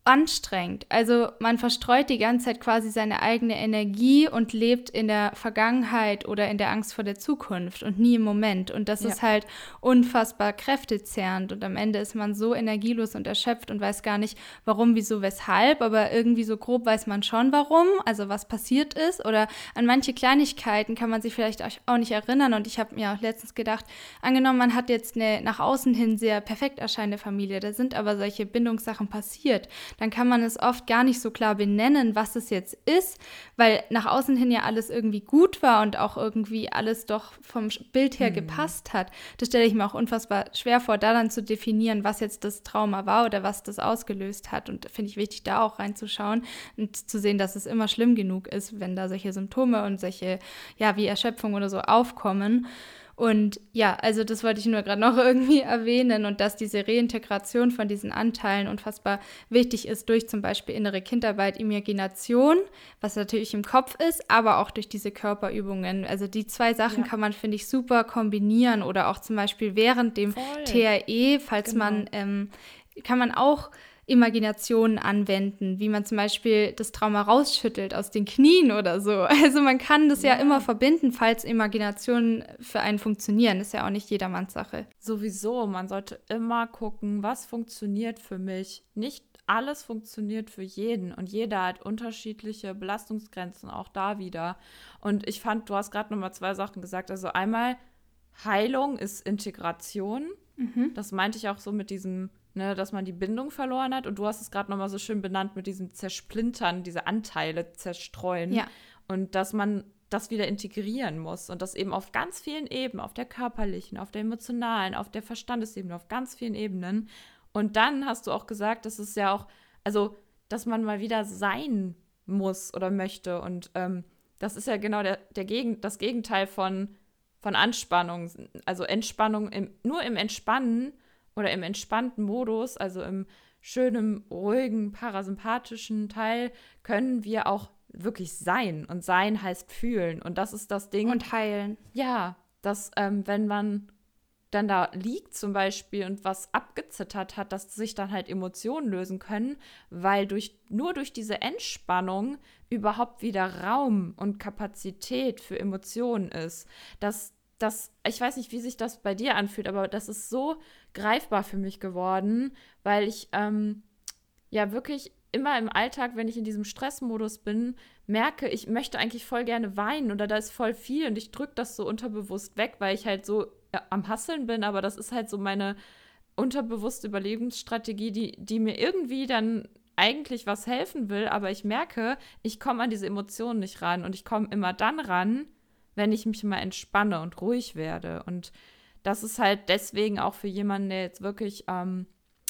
anstrengend. Also man verstreut die ganze Zeit quasi seine eigene Energie und lebt in der Vergangenheit oder in der Angst vor der Zukunft und nie im Moment. Und das Ja. ist halt unfassbar kräftezehrend. Und am Ende ist man so energielos und erschöpft und weiß gar nicht, warum, wieso, weshalb. Aber irgendwie so grob weiß man schon, warum, also was passiert ist. Oder an manche Kleinigkeiten kann man sich vielleicht auch nicht erinnern. Und ich habe mir auch letztens gedacht, angenommen, man hat jetzt eine nach außen hin sehr perfekt erscheinende Familie, da sind aber solche Bindungssachen passiert, dann kann man es oft gar nicht so klar benennen, was es jetzt ist, weil nach außen hin ja alles irgendwie gut war und auch irgendwie alles doch vom Bild her Hm. gepasst hat. Das stelle ich mir auch unfassbar schwer vor, da dann zu definieren, was jetzt das Trauma war oder was das ausgelöst hat. Und finde ich wichtig, da auch reinzuschauen und zu sehen, dass es immer schlimm genug ist, wenn da solche Symptome und solche, ja, wie Erschöpfung oder so aufkommen. Und ja, also das wollte ich nur gerade noch irgendwie erwähnen und dass diese Reintegration von diesen Anteilen unfassbar wichtig ist durch zum Beispiel innere Kindarbeit, Imagination, was natürlich im Kopf ist, aber auch durch diese Körperübungen. Also die zwei Sachen Ja. kann man, finde ich, super kombinieren oder auch zum Beispiel während dem Voll. T R E, falls Genau. man, ähm, kann man auch Imaginationen anwenden, wie man zum Beispiel das Trauma rausschüttelt aus den Knien oder so. Also man kann das ja, Ja. immer verbinden, falls Imaginationen für einen funktionieren. Das ist ja auch nicht jedermanns Sache. Sowieso, man sollte immer gucken, was funktioniert für mich. Nicht alles funktioniert für jeden und jeder hat unterschiedliche Belastungsgrenzen, auch da wieder. Und ich fand, du hast gerade nochmal zwei Sachen gesagt. Also einmal, Heilung ist Integration. Mhm. Das meinte ich auch so mit diesem, ne, dass man die Bindung verloren hat. Und du hast es gerade nochmal so schön benannt mit diesem Zersplintern, diese Anteile zerstreuen. Ja. Und dass man das wieder integrieren muss. Und das eben auf ganz vielen Ebenen, auf der körperlichen, auf der emotionalen, auf der Verstandesebene, auf ganz vielen Ebenen. Und dann hast du auch gesagt, dass es ja auch, also, dass man mal wieder sein muss oder möchte. Und ähm, das ist ja genau der, der Gegen, das Gegenteil von, von Anspannung. Also Entspannung, im, nur im Entspannen oder im entspannten Modus, also im schönen, ruhigen, parasympathischen Teil, können wir auch wirklich sein. Und sein heißt fühlen. Und das ist das Ding. Und heilen. Ja, dass ähm, wenn man dann da liegt zum Beispiel und was abgezittert hat, dass sich dann halt Emotionen lösen können, weil durch, nur durch diese Entspannung überhaupt wieder Raum und Kapazität für Emotionen ist. Das, das, ich weiß nicht, wie sich das bei dir anfühlt, aber das ist so greifbar für mich geworden, weil ich ähm, ja wirklich immer im Alltag, wenn ich in diesem Stressmodus bin, merke, ich möchte eigentlich voll gerne weinen oder da ist voll viel und ich drücke das so unterbewusst weg, weil ich halt so ja, am Hasseln bin, aber das ist halt so meine unterbewusste Überlebensstrategie, die, die mir irgendwie dann eigentlich was helfen will, aber ich merke, ich komme an diese Emotionen nicht ran und ich komme immer dann ran, wenn ich mich mal entspanne und ruhig werde. Und das ist halt deswegen auch für jemanden, der jetzt wirklich ähm,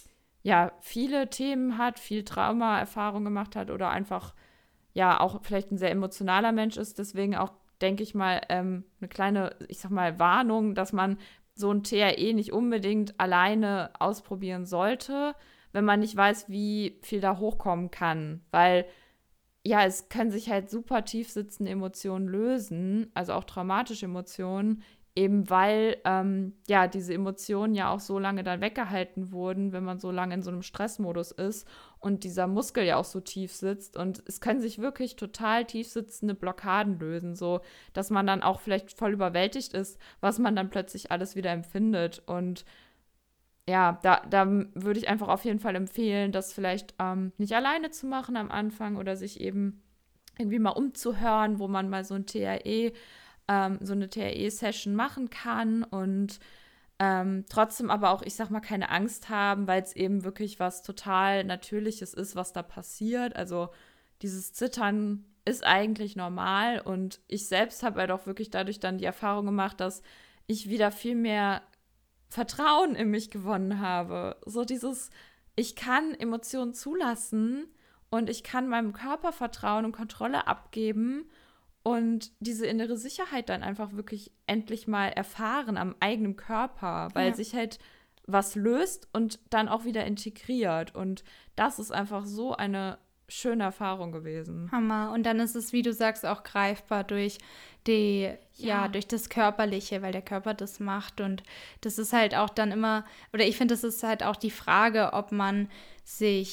ja, viele Themen hat, viel Trauma-Erfahrung gemacht hat oder einfach ja auch vielleicht ein sehr emotionaler Mensch ist, deswegen auch, denke ich mal, ähm, eine kleine, ich sag mal, Warnung, dass man so ein T R E nicht unbedingt alleine ausprobieren sollte, wenn man nicht weiß, wie viel da hochkommen kann. Weil, ja, es können sich halt super tief sitzende Emotionen lösen, also auch traumatische Emotionen, eben weil, ähm, ja, diese Emotionen ja auch so lange dann weggehalten wurden, wenn man so lange in so einem Stressmodus ist und dieser Muskel ja auch so tief sitzt. Und es können sich wirklich total tief sitzende Blockaden lösen, so dass man dann auch vielleicht voll überwältigt ist, was man dann plötzlich alles wieder empfindet. Und ja, da, da würde ich einfach auf jeden Fall empfehlen, das vielleicht ähm, nicht alleine zu machen am Anfang oder sich eben irgendwie mal umzuhören, wo man mal so ein T R E ähm, so eine T R E-Session machen kann und ähm, trotzdem aber auch, ich sag mal, keine Angst haben, weil es eben wirklich was total Natürliches ist, was da passiert. Also dieses Zittern ist eigentlich normal und ich selbst habe halt auch wirklich dadurch dann die Erfahrung gemacht, dass ich wieder viel mehr Vertrauen in mich gewonnen habe. So dieses, ich kann Emotionen zulassen und ich kann meinem Körper vertrauen und Kontrolle abgeben und diese innere Sicherheit dann einfach wirklich endlich mal erfahren am eigenen Körper, weil Ja. sich halt was löst und dann auch wieder integriert. Und das ist einfach so eine schöne Erfahrung gewesen. Hammer. Und dann ist es, wie du sagst, auch greifbar durch die, ja, Ja. durch das Körperliche, weil der Körper das macht. Und das ist halt auch dann immer, oder ich finde, das ist halt auch die Frage, ob man sich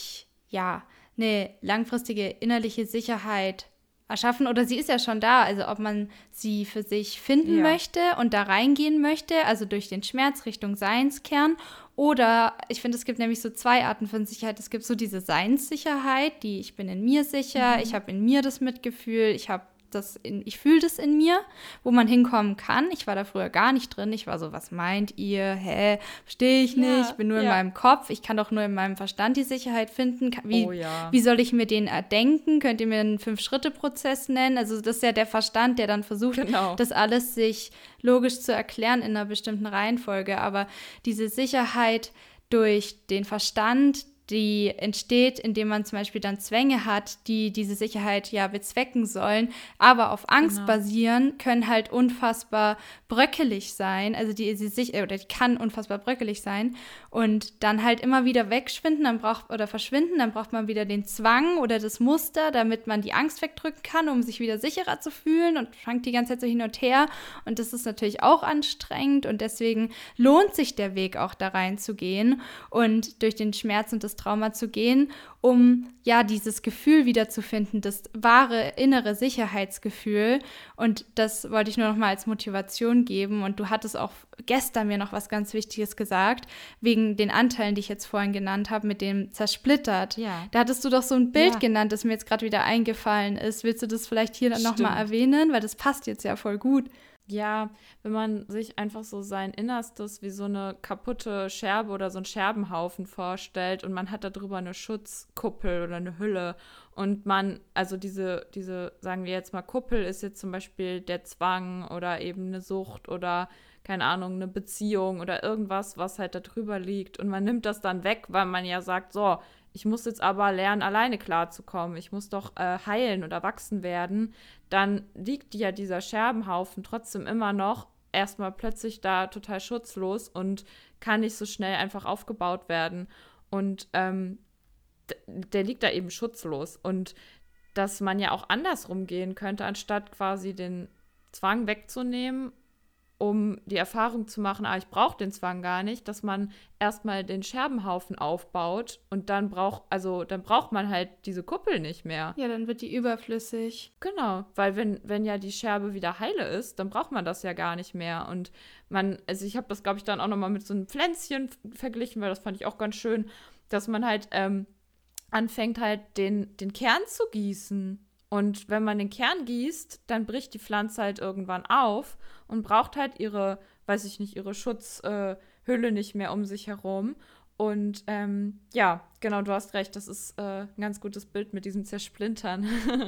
ja, eine langfristige innerliche Sicherheit erschaffen, oder sie ist ja schon da, also ob man sie für sich finden Ja. möchte und da reingehen möchte, also durch den Schmerz Richtung Seinskern, oder ich finde, es gibt nämlich so zwei Arten von Sicherheit. Es gibt so diese Seinssicherheit, die ich bin in mir sicher, Mhm. ich habe in mir das Mitgefühl, ich habe das in, ich fühle das in mir, wo man hinkommen kann. Ich war da früher gar nicht drin. Ich war so, was meint ihr? Hä? Verstehe ich nicht. Ja, Ich bin nur in ja. meinem Kopf. Ich kann doch nur in meinem Verstand die Sicherheit finden. Ka- Wie, Oh ja. wie soll ich mir den erdenken? Könnt ihr mir einen Fünf-Schritte-Prozess nennen? Also das ist ja der Verstand, der dann versucht, Genau. das alles sich logisch zu erklären in einer bestimmten Reihenfolge. Aber diese Sicherheit durch den Verstand, die entsteht, indem man zum Beispiel dann Zwänge hat, die diese Sicherheit ja bezwecken sollen, aber auf Angst Genau. basieren, können halt unfassbar bröckelig sein. Also die, die sich oder die kann unfassbar bröckelig sein und dann halt immer wieder wegschwinden, dann braucht oder verschwinden, dann braucht man wieder den Zwang oder das Muster, damit man die Angst wegdrücken kann, um sich wieder sicherer zu fühlen und schwankt die ganze Zeit so hin und her. Und das ist natürlich auch anstrengend und deswegen lohnt sich der Weg auch da reinzugehen und durch den Schmerz und das Trauma zu gehen, um ja dieses Gefühl wiederzufinden, das wahre innere Sicherheitsgefühl. Und das wollte ich nur noch mal als Motivation geben. Und du hattest auch gestern mir noch was ganz Wichtiges gesagt, wegen den Anteilen, die ich jetzt vorhin genannt habe, mit dem zersplittert. Ja. Da hattest du doch so ein Bild Ja. genannt, das mir jetzt gerade wieder eingefallen ist. Willst du das vielleicht hier noch mal Stimmt. erwähnen? Weil das passt jetzt ja voll gut. Ja, wenn man sich einfach so sein Innerstes wie so eine kaputte Scherbe oder so einen Scherbenhaufen vorstellt und man hat da drüber eine Schutzkuppel oder eine Hülle und man, also diese, diese, sagen wir jetzt mal, Kuppel ist jetzt zum Beispiel der Zwang oder eben eine Sucht oder, keine Ahnung, eine Beziehung oder irgendwas, was halt da drüber liegt und man nimmt das dann weg, weil man ja sagt, so, ich muss jetzt aber lernen, alleine klarzukommen, ich muss doch äh, heilen oder wachsen werden, dann liegt ja dieser Scherbenhaufen trotzdem immer noch erstmal plötzlich da total schutzlos und kann nicht so schnell einfach aufgebaut werden. Und ähm, d- der liegt da eben schutzlos. Und dass man ja auch andersrum gehen könnte, anstatt quasi den Zwang wegzunehmen, um die Erfahrung zu machen, ah, ich brauche den Zwang gar nicht, dass man erstmal den Scherbenhaufen aufbaut und dann braucht, also dann braucht man halt diese Kuppel nicht mehr. Ja, dann wird die überflüssig. Genau, weil wenn, wenn ja die Scherbe wieder heile ist, dann braucht man das ja gar nicht mehr. Und man, also ich habe das, glaube ich, dann auch nochmal mit so einem Pflänzchen f- verglichen, weil das fand ich auch ganz schön, dass man halt ähm, anfängt halt den, den Kern zu gießen. Und wenn man den Kern gießt, dann bricht die Pflanze halt irgendwann auf und braucht halt ihre, weiß ich nicht, ihre Schutzhülle äh, Hülle nicht mehr um sich herum. Und ähm, ja, genau, du hast recht, das ist äh, ein ganz gutes Bild mit diesem Zersplintern.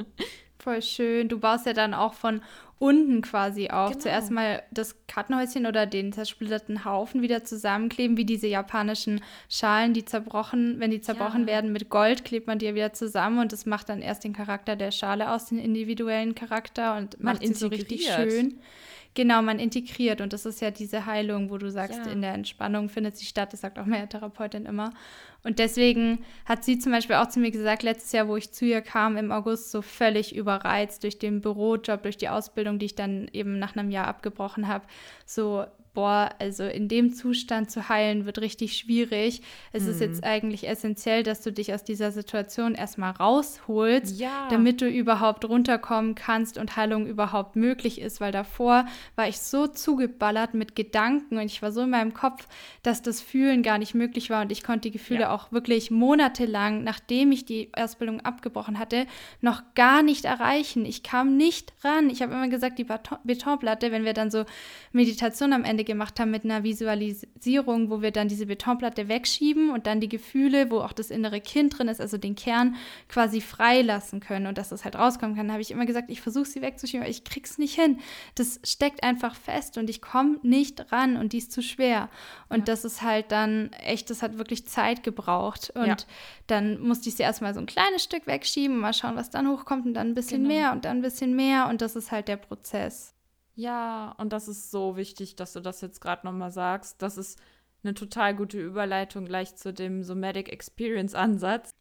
Voll schön. Du baust ja dann auch von unten quasi auf. Genau. Zuerst mal das Kartenhäuschen oder den zersplitterten Haufen wieder zusammenkleben, wie diese japanischen Schalen, die zerbrochen, wenn die zerbrochen Ja. werden mit Gold, klebt man die ja wieder zusammen und das macht dann erst den Charakter der Schale aus, den individuellen Charakter und Man macht sie so richtig integriert. schön. Genau, man integriert und das ist ja diese Heilung, wo du sagst, Ja. in der Entspannung findet sie statt, das sagt auch meine Therapeutin immer. Und deswegen hat sie zum Beispiel auch zu mir gesagt, letztes Jahr, wo ich zu ihr kam, im August, so völlig überreizt durch den Bürojob, durch die Ausbildung, die ich dann eben nach einem Jahr abgebrochen habe, so, boah, also in dem Zustand zu heilen, wird richtig schwierig. Es ist jetzt eigentlich essentiell, dass du dich aus dieser Situation erstmal rausholst, Ja. damit du überhaupt runterkommen kannst und Heilung überhaupt möglich ist, weil davor war ich so zugeballert mit Gedanken und ich war so in meinem Kopf, dass das Fühlen gar nicht möglich war und ich konnte die Gefühle Ja. auch wirklich monatelang, nachdem ich die Ausbildung abgebrochen hatte, noch gar nicht erreichen. Ich kam nicht ran. Ich habe immer gesagt, die Beton Betonplatte, wenn wir dann so Meditation am Ende gemacht haben mit einer Visualisierung, wo wir dann diese Betonplatte wegschieben und dann die Gefühle, wo auch das innere Kind drin ist, also den Kern quasi freilassen können und dass das halt rauskommen kann, habe ich immer gesagt, ich versuche sie wegzuschieben, aber ich krieg's nicht hin. Das steckt einfach fest und ich komme nicht ran und die ist zu schwer. Und Ja. das ist halt dann echt, das hat wirklich Zeit gebraucht. Und Ja. dann musste ich sie erstmal so ein kleines Stück wegschieben, mal schauen, was dann hochkommt und dann ein bisschen Genau. mehr und dann ein bisschen mehr und das ist halt der Prozess. Ja, und das ist so wichtig, dass du das jetzt gerade nochmal sagst. Das ist eine total gute Überleitung gleich zu dem Somatic Experience Ansatz.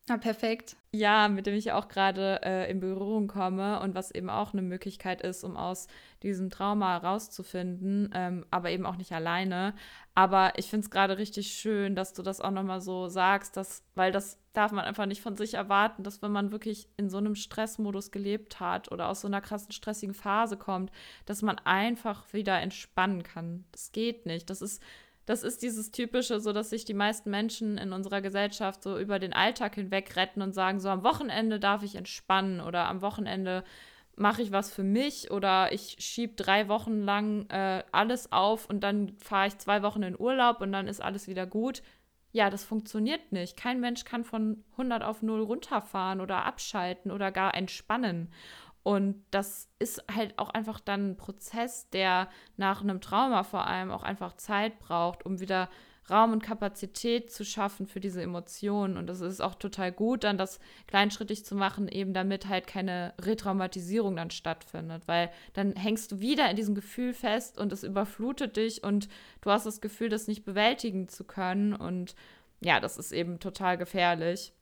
Ah, perfekt. Ja, mit dem ich auch gerade äh, in Berührung komme und was eben auch eine Möglichkeit ist, um aus diesem Trauma rauszufinden, ähm, aber eben auch nicht alleine. Aber ich finde es gerade richtig schön, dass du das auch nochmal so sagst, dass, weil das darf man einfach nicht von sich erwarten, dass wenn man wirklich in so einem Stressmodus gelebt hat oder aus so einer krassen stressigen Phase kommt, dass man einfach wieder entspannen kann. Das geht nicht. Das ist Das ist dieses Typische, so dass sich die meisten Menschen in unserer Gesellschaft so über den Alltag hinweg retten und sagen, so am Wochenende darf ich entspannen oder am Wochenende mache ich was für mich oder ich schiebe drei Wochen lang äh, alles auf und dann fahre ich zwei Wochen in Urlaub und dann ist alles wieder gut. Ja, das funktioniert nicht. Kein Mensch kann von hundert auf null runterfahren oder abschalten oder gar entspannen. Und das ist halt auch einfach dann ein Prozess, der nach einem Trauma vor allem auch einfach Zeit braucht, um wieder Raum und Kapazität zu schaffen für diese Emotionen. Und das ist auch total gut, dann das kleinschrittig zu machen, eben damit halt keine Retraumatisierung dann stattfindet. Weil dann hängst du wieder in diesem Gefühl fest und es überflutet dich und du hast das Gefühl, das nicht bewältigen zu können. Und ja, das ist eben total gefährlich.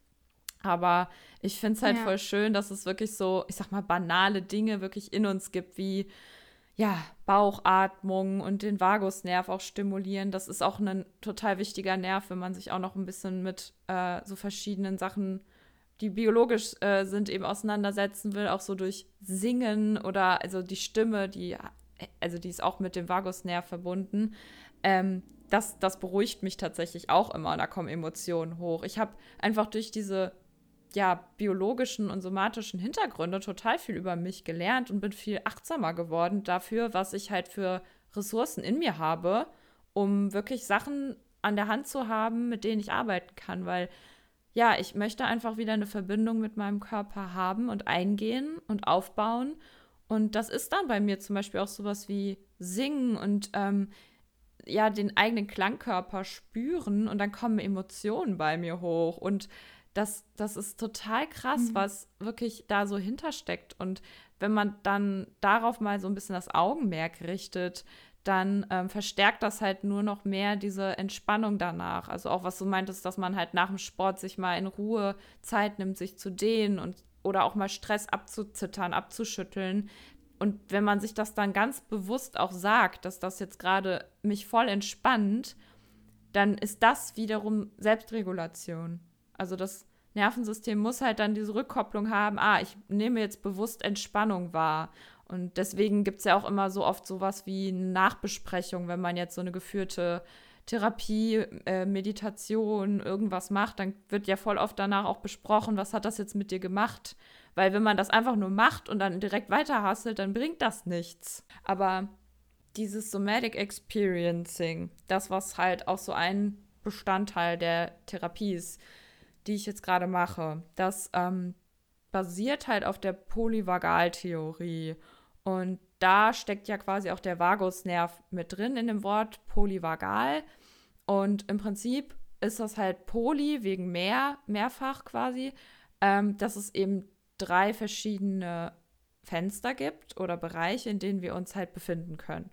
Aber ich finde es halt Ja. voll schön, dass es wirklich so, ich sag mal, banale Dinge wirklich in uns gibt, wie ja, Bauchatmung und den Vagusnerv auch stimulieren. Das ist auch ein total wichtiger Nerv, wenn man sich auch noch ein bisschen mit äh, so verschiedenen Sachen, die biologisch äh, sind, eben auseinandersetzen will, auch so durch Singen oder also die Stimme, die, also die ist auch mit dem Vagusnerv verbunden. Ähm, das, das beruhigt mich tatsächlich auch immer und da kommen Emotionen hoch. Ich habe einfach durch diese ja, biologischen und somatischen Hintergründe total viel über mich gelernt und bin viel achtsamer geworden dafür, was ich halt für Ressourcen in mir habe, um wirklich Sachen an der Hand zu haben, mit denen ich arbeiten kann, weil ja, ich möchte einfach wieder eine Verbindung mit meinem Körper haben und eingehen und aufbauen und das ist dann bei mir zum Beispiel auch sowas wie Singen und ähm, ja, den eigenen Klangkörper spüren und dann kommen Emotionen bei mir hoch und das, das ist total krass, Mhm. was wirklich da so hintersteckt. Und wenn man dann darauf mal so ein bisschen das Augenmerk richtet, dann ähm, verstärkt das halt nur noch mehr diese Entspannung danach. Also auch, was du meintest, dass man halt nach dem Sport sich mal in Ruhe Zeit nimmt, sich zu dehnen und oder auch mal Stress abzuzittern, abzuschütteln. Und wenn man sich das dann ganz bewusst auch sagt, dass das jetzt gerade mich voll entspannt, dann ist das wiederum Selbstregulation. Also das Nervensystem muss halt dann diese Rückkopplung haben, ah, ich nehme jetzt bewusst Entspannung wahr. Und deswegen gibt es ja auch immer so oft sowas wie eine Nachbesprechung, wenn man jetzt so eine geführte Therapie, äh, Meditation, irgendwas macht, dann wird ja voll oft danach auch besprochen, was hat das jetzt mit dir gemacht? Weil wenn man das einfach nur macht und dann direkt weiterhustelt, dann bringt das nichts. Aber dieses Somatic Experiencing, das, was halt auch so ein Bestandteil der Therapie ist, die ich jetzt gerade mache, das ähm, basiert halt auf der Polyvagaltheorie. Und da steckt ja quasi auch der Vagusnerv mit drin in dem Wort polyvagal. Und im Prinzip ist das halt poly wegen mehr, mehrfach quasi, ähm, dass es eben drei verschiedene Fenster gibt oder Bereiche, in denen wir uns halt befinden können.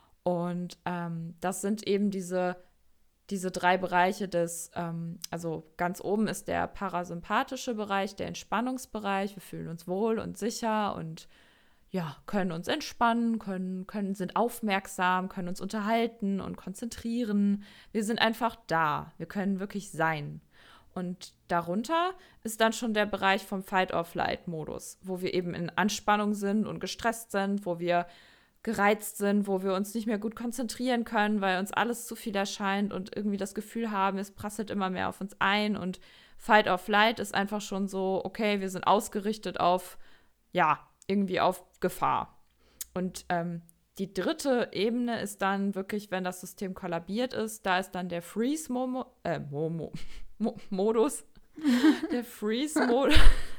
Und ähm, das sind eben diese, diese drei Bereiche des, ähm, also ganz oben ist der parasympathische Bereich, der Entspannungsbereich. Wir fühlen uns wohl und sicher und ja, können uns entspannen, können, können, sind aufmerksam, können uns unterhalten und konzentrieren. Wir sind einfach da. Wir können wirklich sein. Und darunter ist dann schon der Bereich vom Fight-or-Flight-Modus, wo wir eben in Anspannung sind und gestresst sind, wo wir gereizt sind, wo wir uns nicht mehr gut konzentrieren können, weil uns alles zu viel erscheint und irgendwie das Gefühl haben, es prasselt immer mehr auf uns ein. Und Fight or Flight ist einfach schon so, okay, wir sind ausgerichtet auf, ja, irgendwie auf Gefahr. Und ähm, die dritte Ebene ist dann wirklich, wenn das System kollabiert ist, da ist dann der Freeze-Momo, äh, Momo, Mo Modus, der Freeze-Modus,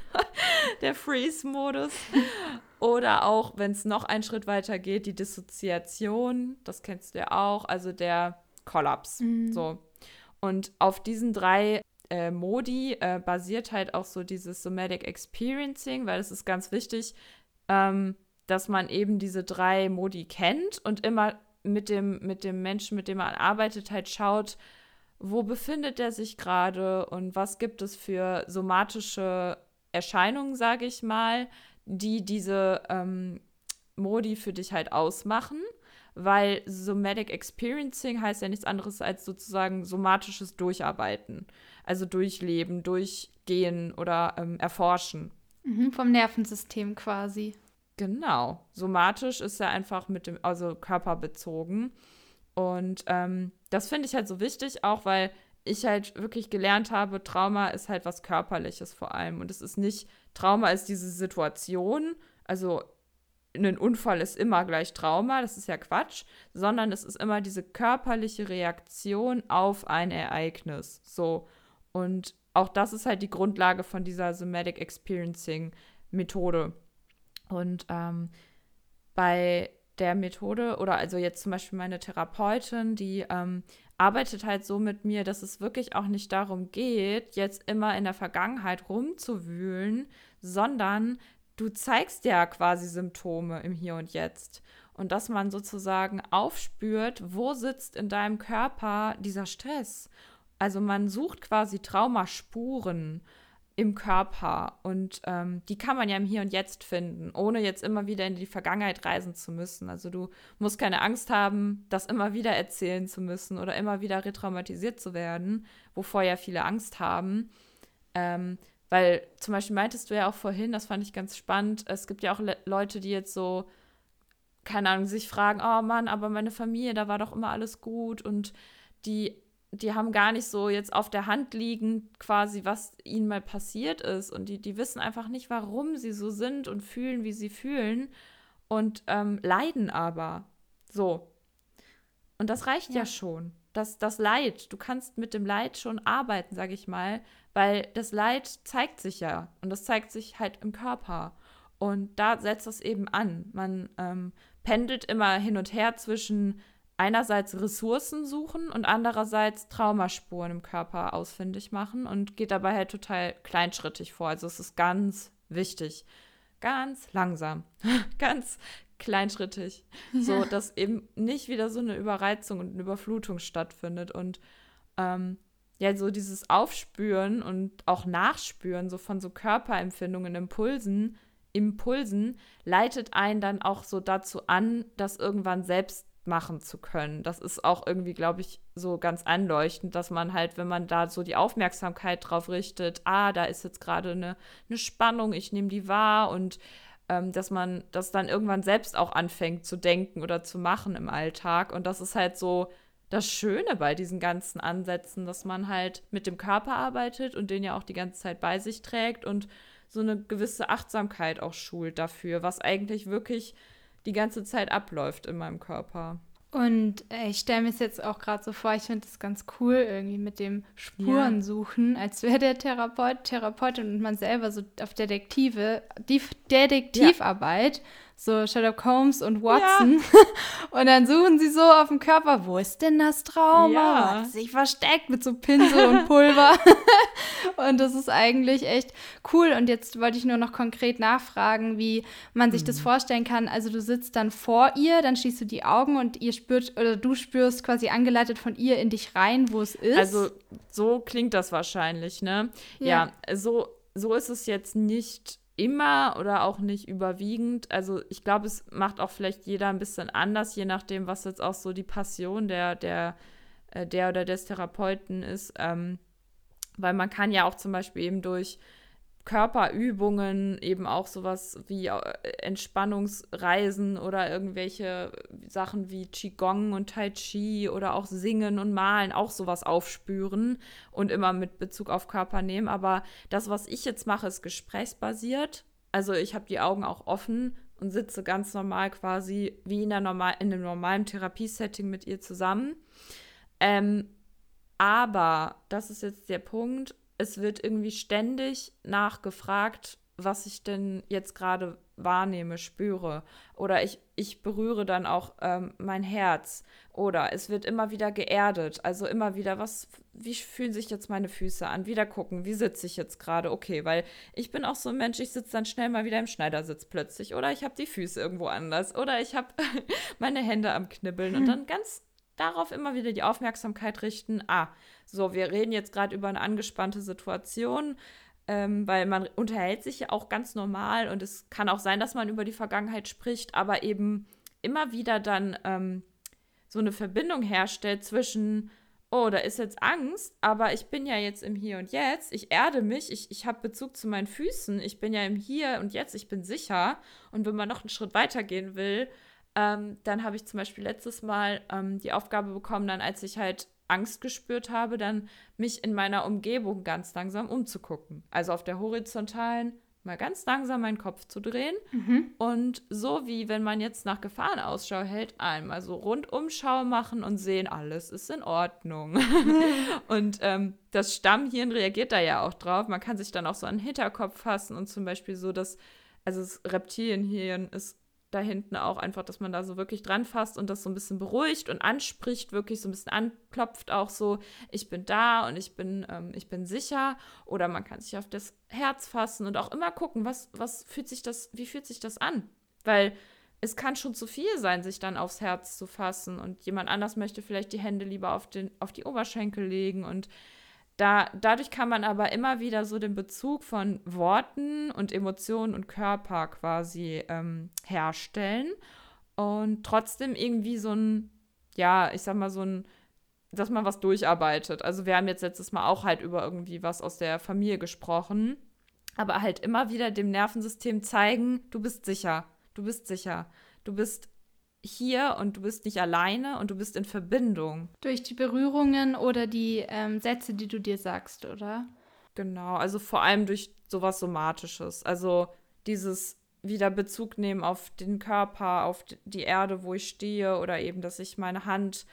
der Freeze-Modus. Oder auch, wenn es noch einen Schritt weiter geht, die Dissoziation, das kennst du ja auch, also der Kollaps. Mhm. So. Und auf diesen drei äh, Modi äh, basiert halt auch so dieses Somatic Experiencing, weil es ist ganz wichtig, ähm, dass man eben diese drei Modi kennt und immer mit dem, mit dem Menschen, mit dem man arbeitet, halt schaut, wo befindet er sich gerade und was gibt es für somatische Erscheinungen, sage ich mal, die diese ähm, Modi für dich halt ausmachen, weil Somatic Experiencing heißt ja nichts anderes als sozusagen somatisches Durcharbeiten, also durchleben, durchgehen oder ähm, erforschen. Mhm, vom Nervensystem quasi. Genau, somatisch ist ja einfach mit dem, also körperbezogen. Und ähm, das finde ich halt so wichtig, auch weil ich halt wirklich gelernt habe, Trauma ist halt was Körperliches vor allem. Und es ist nicht, Trauma ist diese Situation, also ein Unfall ist immer gleich Trauma, das ist ja Quatsch, sondern es ist immer diese körperliche Reaktion auf ein Ereignis. So. Und auch das ist halt die Grundlage von dieser Somatic Experiencing Methode. Und ähm, bei der Methode oder also jetzt zum Beispiel meine Therapeutin, die ähm, arbeitet halt so mit mir, dass es wirklich auch nicht darum geht, jetzt immer in der Vergangenheit rumzuwühlen, sondern du zeigst ja quasi Symptome im Hier und Jetzt. Und dass man sozusagen aufspürt, wo sitzt in deinem Körper dieser Stress. Also man sucht quasi Traumaspuren im Körper und ähm, die kann man ja im Hier und Jetzt finden, ohne jetzt immer wieder in die Vergangenheit reisen zu müssen. Also du musst keine Angst haben, das immer wieder erzählen zu müssen oder immer wieder retraumatisiert zu werden, wovor ja viele Angst haben. Ähm, weil zum Beispiel meintest du ja auch vorhin, das fand ich ganz spannend, es gibt ja auch Le- Leute, die jetzt so, keine Ahnung, sich fragen, oh Mann, aber meine Familie, da war doch immer alles gut und die die haben gar nicht so jetzt auf der Hand liegend quasi, was ihnen mal passiert ist. Und die, die wissen einfach nicht, warum sie so sind und fühlen, wie sie fühlen. Und ähm, leiden aber. So. Und das reicht ja, ja schon. Das, das Leid, du kannst mit dem Leid schon arbeiten, sag ich mal, weil das Leid zeigt sich ja. Und das zeigt sich halt im Körper. Und da setzt das eben an. Man ähm, pendelt immer hin und her zwischen einerseits Ressourcen suchen und andererseits Traumaspuren im Körper ausfindig machen und geht dabei halt total kleinschrittig vor. Also es ist ganz wichtig, ganz langsam, ganz kleinschrittig, ja. So dass eben nicht wieder so eine Überreizung und eine Überflutung stattfindet und ähm, ja, so dieses Aufspüren und auch Nachspüren so von so Körperempfindungen, Impulsen, Impulsen leitet einen dann auch so dazu an, das irgendwann selbst machen zu können. Das ist auch irgendwie, glaube ich, so ganz einleuchtend, dass man halt, wenn man da so die Aufmerksamkeit drauf richtet, ah, da ist jetzt gerade eine, eine Spannung, ich nehme die wahr und ähm, dass man das dann irgendwann selbst auch anfängt zu denken oder zu machen im Alltag. Und das ist halt so das Schöne bei diesen ganzen Ansätzen, dass man halt mit dem Körper arbeitet und den ja auch die ganze Zeit bei sich trägt und so eine gewisse Achtsamkeit auch schult dafür, was eigentlich wirklich die ganze Zeit abläuft in meinem Körper. Und äh, ich stelle mir es jetzt auch gerade so vor, ich finde das ganz cool irgendwie mit dem Spurensuchen, ja. Als wäre der Therapeut, Therapeutin und man selber so auf Detektive, die Detektivarbeit, ja. So Sherlock Holmes und Watson. Ja. Und dann suchen sie so auf dem Körper, wo ist denn das Trauma? Ja. Hat sich versteckt mit so Pinsel und Pulver. Und das ist eigentlich echt cool. Und jetzt wollte ich nur noch konkret nachfragen, wie man sich mhm. das vorstellen kann. Also du sitzt dann vor ihr, dann schließt du die Augen und ihr spürt, oder du spürst quasi angeleitet von ihr in dich rein, wo es ist. Also so klingt das wahrscheinlich, ne? Ja, ja so, so ist es jetzt nicht immer oder auch nicht überwiegend. Also ich glaube, es macht auch vielleicht jeder ein bisschen anders, je nachdem, was jetzt auch so die Passion der, der, der oder des Therapeuten ist. Ähm, weil man kann ja auch zum Beispiel eben durch Körperübungen eben auch sowas wie Entspannungsreisen oder irgendwelche Sachen wie Qigong und Tai Chi oder auch Singen und Malen auch sowas aufspüren und immer mit Bezug auf Körper nehmen. Aber das, was ich jetzt mache, ist gesprächsbasiert. Also ich habe die Augen auch offen und sitze ganz normal quasi wie in, der normal, in einem normalen Therapiesetting mit ihr zusammen. Ähm, aber, das ist jetzt der Punkt, es wird irgendwie ständig nachgefragt, was ich denn jetzt gerade wahrnehme, spüre. Oder ich, ich berühre dann auch ähm, mein Herz. Oder es wird immer wieder geerdet. Also immer wieder, was, wie fühlen sich jetzt meine Füße an? Wieder gucken, wie sitze ich jetzt gerade? Okay, weil ich bin auch so ein Mensch, ich sitze dann schnell mal wieder im Schneidersitz plötzlich. Oder ich habe die Füße irgendwo anders. Oder ich habe meine Hände am Knibbeln. Hm. Und dann ganz darauf immer wieder die Aufmerksamkeit richten, ah, so, wir reden jetzt gerade über eine angespannte Situation, ähm, weil man unterhält sich ja auch ganz normal und es kann auch sein, dass man über die Vergangenheit spricht, aber eben immer wieder dann ähm, so eine Verbindung herstellt zwischen, oh, da ist jetzt Angst, aber ich bin ja jetzt im Hier und Jetzt, ich erde mich, ich, ich habe Bezug zu meinen Füßen, ich bin ja im Hier und Jetzt, ich bin sicher. Und wenn man noch einen Schritt weiter gehen will, ähm, dann habe ich zum Beispiel letztes Mal ähm, die Aufgabe bekommen, dann als ich halt Angst gespürt habe, dann mich in meiner Umgebung ganz langsam umzugucken. Also auf der horizontalen mal ganz langsam meinen Kopf zu drehen. Mhm. Und so wie wenn man jetzt nach Gefahren Ausschau hält, einmal so Rundumschau machen und sehen, alles ist in Ordnung. Und ähm, das Stammhirn reagiert da ja auch drauf. Man kann sich dann auch so an den Hinterkopf fassen und zum Beispiel so, dass, also das Reptilienhirn ist da hinten auch einfach, dass man da so wirklich dran fasst und das so ein bisschen beruhigt und anspricht, wirklich so ein bisschen anklopft, auch so, ich bin da und ich bin, ähm, ich bin sicher. Oder man kann sich auf das Herz fassen und auch immer gucken, was, was fühlt sich das, wie fühlt sich das an? Weil es kann schon zu viel sein, sich dann aufs Herz zu fassen und jemand anders möchte vielleicht die Hände lieber auf, den, auf die Oberschenkel legen und Da, dadurch kann man aber immer wieder so den Bezug von Worten und Emotionen und Körper quasi ähm, herstellen und trotzdem irgendwie so ein, ja, ich sag mal so ein, dass man was durcharbeitet. Also wir haben jetzt letztes Mal auch halt über irgendwie was aus der Familie gesprochen, aber halt immer wieder dem Nervensystem zeigen, du bist sicher, du bist sicher, du bist hier und du bist nicht alleine und du bist in Verbindung. Durch die Berührungen oder die ähm, Sätze, die du dir sagst, oder? Genau, also vor allem durch sowas Somatisches. Also dieses wieder Bezug nehmen auf den Körper, auf die Erde, wo ich stehe oder eben, dass ich meine Hand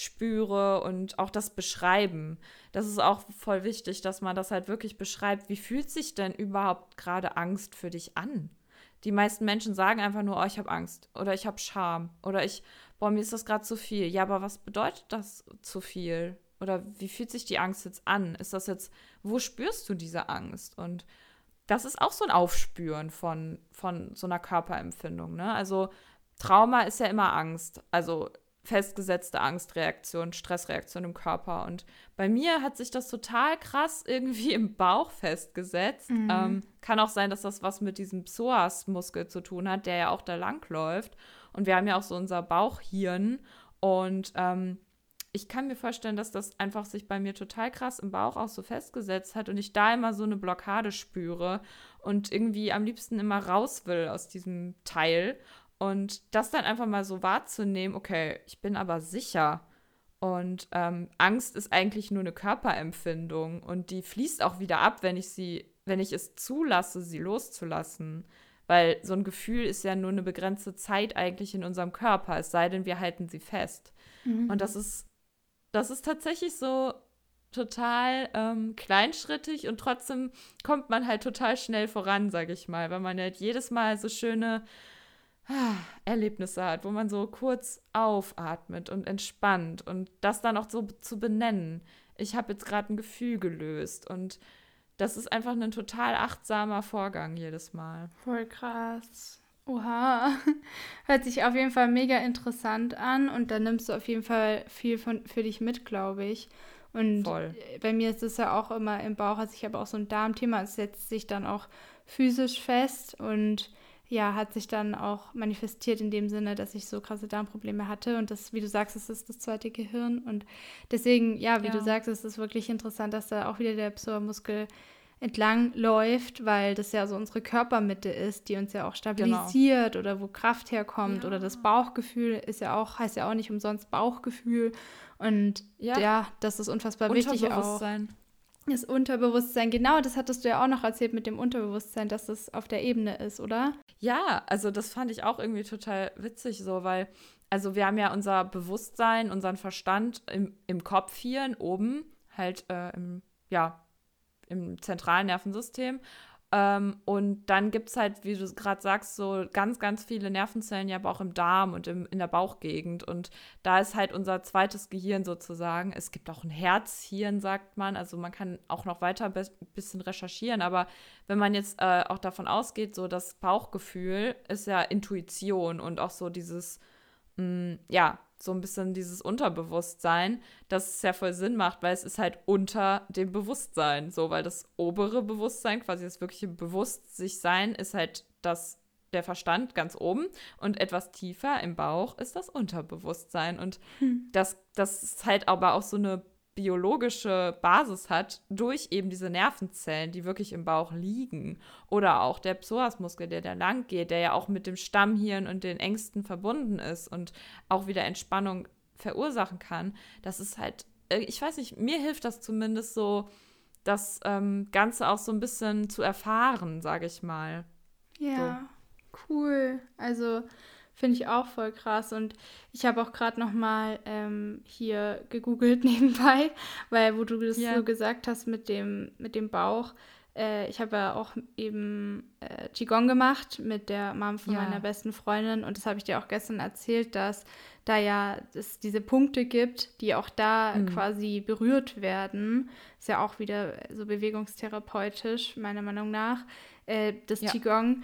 spüre und auch das Beschreiben. Das ist auch voll wichtig, dass man das halt wirklich beschreibt. Wie fühlt sich denn überhaupt gerade Angst für dich an? Die meisten Menschen sagen einfach nur, oh, ich habe Angst oder ich habe Scham oder ich, boah, mir ist das gerade zu viel. Ja, aber was bedeutet das zu viel? Oder wie fühlt sich die Angst jetzt an? Ist das jetzt, wo spürst du diese Angst? Und das ist auch so ein Aufspüren von, von so einer Körperempfindung, ne? Also Trauma ist ja immer Angst, also festgesetzte Angstreaktion, Stressreaktion im Körper. Und bei mir hat sich das total krass irgendwie im Bauch festgesetzt. Mhm. Ähm, kann auch sein, dass das was mit diesem Psoasmuskel zu tun hat, der ja auch da langläuft. Und wir haben ja auch so unser Bauchhirn. Und ähm, ich kann mir vorstellen, dass das einfach sich bei mir total krass im Bauch auch so festgesetzt hat und ich da immer so eine Blockade spüre und irgendwie am liebsten immer raus will aus diesem Teil. Und das dann einfach mal so wahrzunehmen, okay, ich bin aber sicher. Und ähm, Angst ist eigentlich nur eine Körperempfindung und die fließt auch wieder ab, wenn ich sie, wenn ich es zulasse, sie loszulassen. Weil so ein Gefühl ist ja nur eine begrenzte Zeit eigentlich in unserem Körper, es sei denn, wir halten sie fest. Mhm. Und das ist, das ist tatsächlich so total ähm, kleinschrittig und trotzdem kommt man halt total schnell voran, sag ich mal, weil man halt jedes Mal so schöne Erlebnisse hat, wo man so kurz aufatmet und entspannt und das dann auch so zu benennen. Ich habe jetzt gerade ein Gefühl gelöst und das ist einfach ein total achtsamer Vorgang jedes Mal. Voll krass. Oha. Hört sich auf jeden Fall mega interessant an und da nimmst du auf jeden Fall viel von, für dich mit, glaube ich. Und Voll. bei mir ist es ja auch immer im Bauch, also ich habe auch so ein Darmthema, es setzt sich dann auch physisch fest und ja, hat sich dann auch manifestiert in dem Sinne, dass ich so krasse Darmprobleme hatte. Und das, wie du sagst, das ist das zweite Gehirn. Und deswegen, ja, wie Ja. du sagst, es ist wirklich interessant, dass da auch wieder der Psoamuskel entlang läuft, weil das ja so unsere Körpermitte ist, die uns ja auch stabilisiert oder wo Kraft herkommt. Ja. Oder das Bauchgefühl ist ja auch, heißt ja auch nicht umsonst Bauchgefühl. Und ja, Ja. das ist unfassbar wichtig auch. Unterbewusstsein. Das Unterbewusstsein, genau, das hattest du ja auch noch erzählt mit dem Unterbewusstsein, dass es auf der Ebene ist, oder? Ja, also das fand ich auch irgendwie total witzig so, weil, also wir haben ja unser Bewusstsein, unseren Verstand im, im Kopf hier oben, halt äh, im, ja, im zentralen Nervensystem. Ähm, und dann gibt es halt, wie du gerade sagst, so ganz, ganz viele Nervenzellen, ja, aber auch im Darm und im, in der Bauchgegend. Und da ist halt unser zweites Gehirn sozusagen. Es gibt auch ein Herzhirn, sagt man. Also man kann auch noch weiter ein be- bisschen recherchieren. Aber wenn man jetzt äh, auch davon ausgeht, so das Bauchgefühl ist ja Intuition und auch so dieses, mh, ja, so ein bisschen dieses Unterbewusstsein, dass es ja voll Sinn macht, weil es ist halt unter dem Bewusstsein, so, weil das obere Bewusstsein, quasi das wirkliche Bewusstsein ist halt das, der Verstand ganz oben und etwas tiefer im Bauch ist das Unterbewusstsein und Hm. das, das ist halt aber auch so eine biologische Basis hat durch eben diese Nervenzellen, die wirklich im Bauch liegen. Oder auch der Psoasmuskel, der da lang geht, der ja auch mit dem Stammhirn und den Ängsten verbunden ist und auch wieder Entspannung verursachen kann. Das ist halt, ich weiß nicht, mir hilft das zumindest so, das ähm, Ganze auch so ein bisschen zu erfahren, sage ich mal. Ja, cool. Also finde ich auch voll krass. Und ich habe auch gerade noch mal ähm, hier gegoogelt nebenbei, weil wo du das Ja. so gesagt hast mit dem, mit dem Bauch. Äh, ich habe ja auch eben äh, Qigong gemacht mit der Mom von Ja. meiner besten Freundin. Und das habe ich dir auch gestern erzählt, dass da ja es diese Punkte gibt, die auch da Mhm. quasi berührt werden. Ist ja auch wieder so bewegungstherapeutisch, meiner Meinung nach, äh, das Ja. Qigong.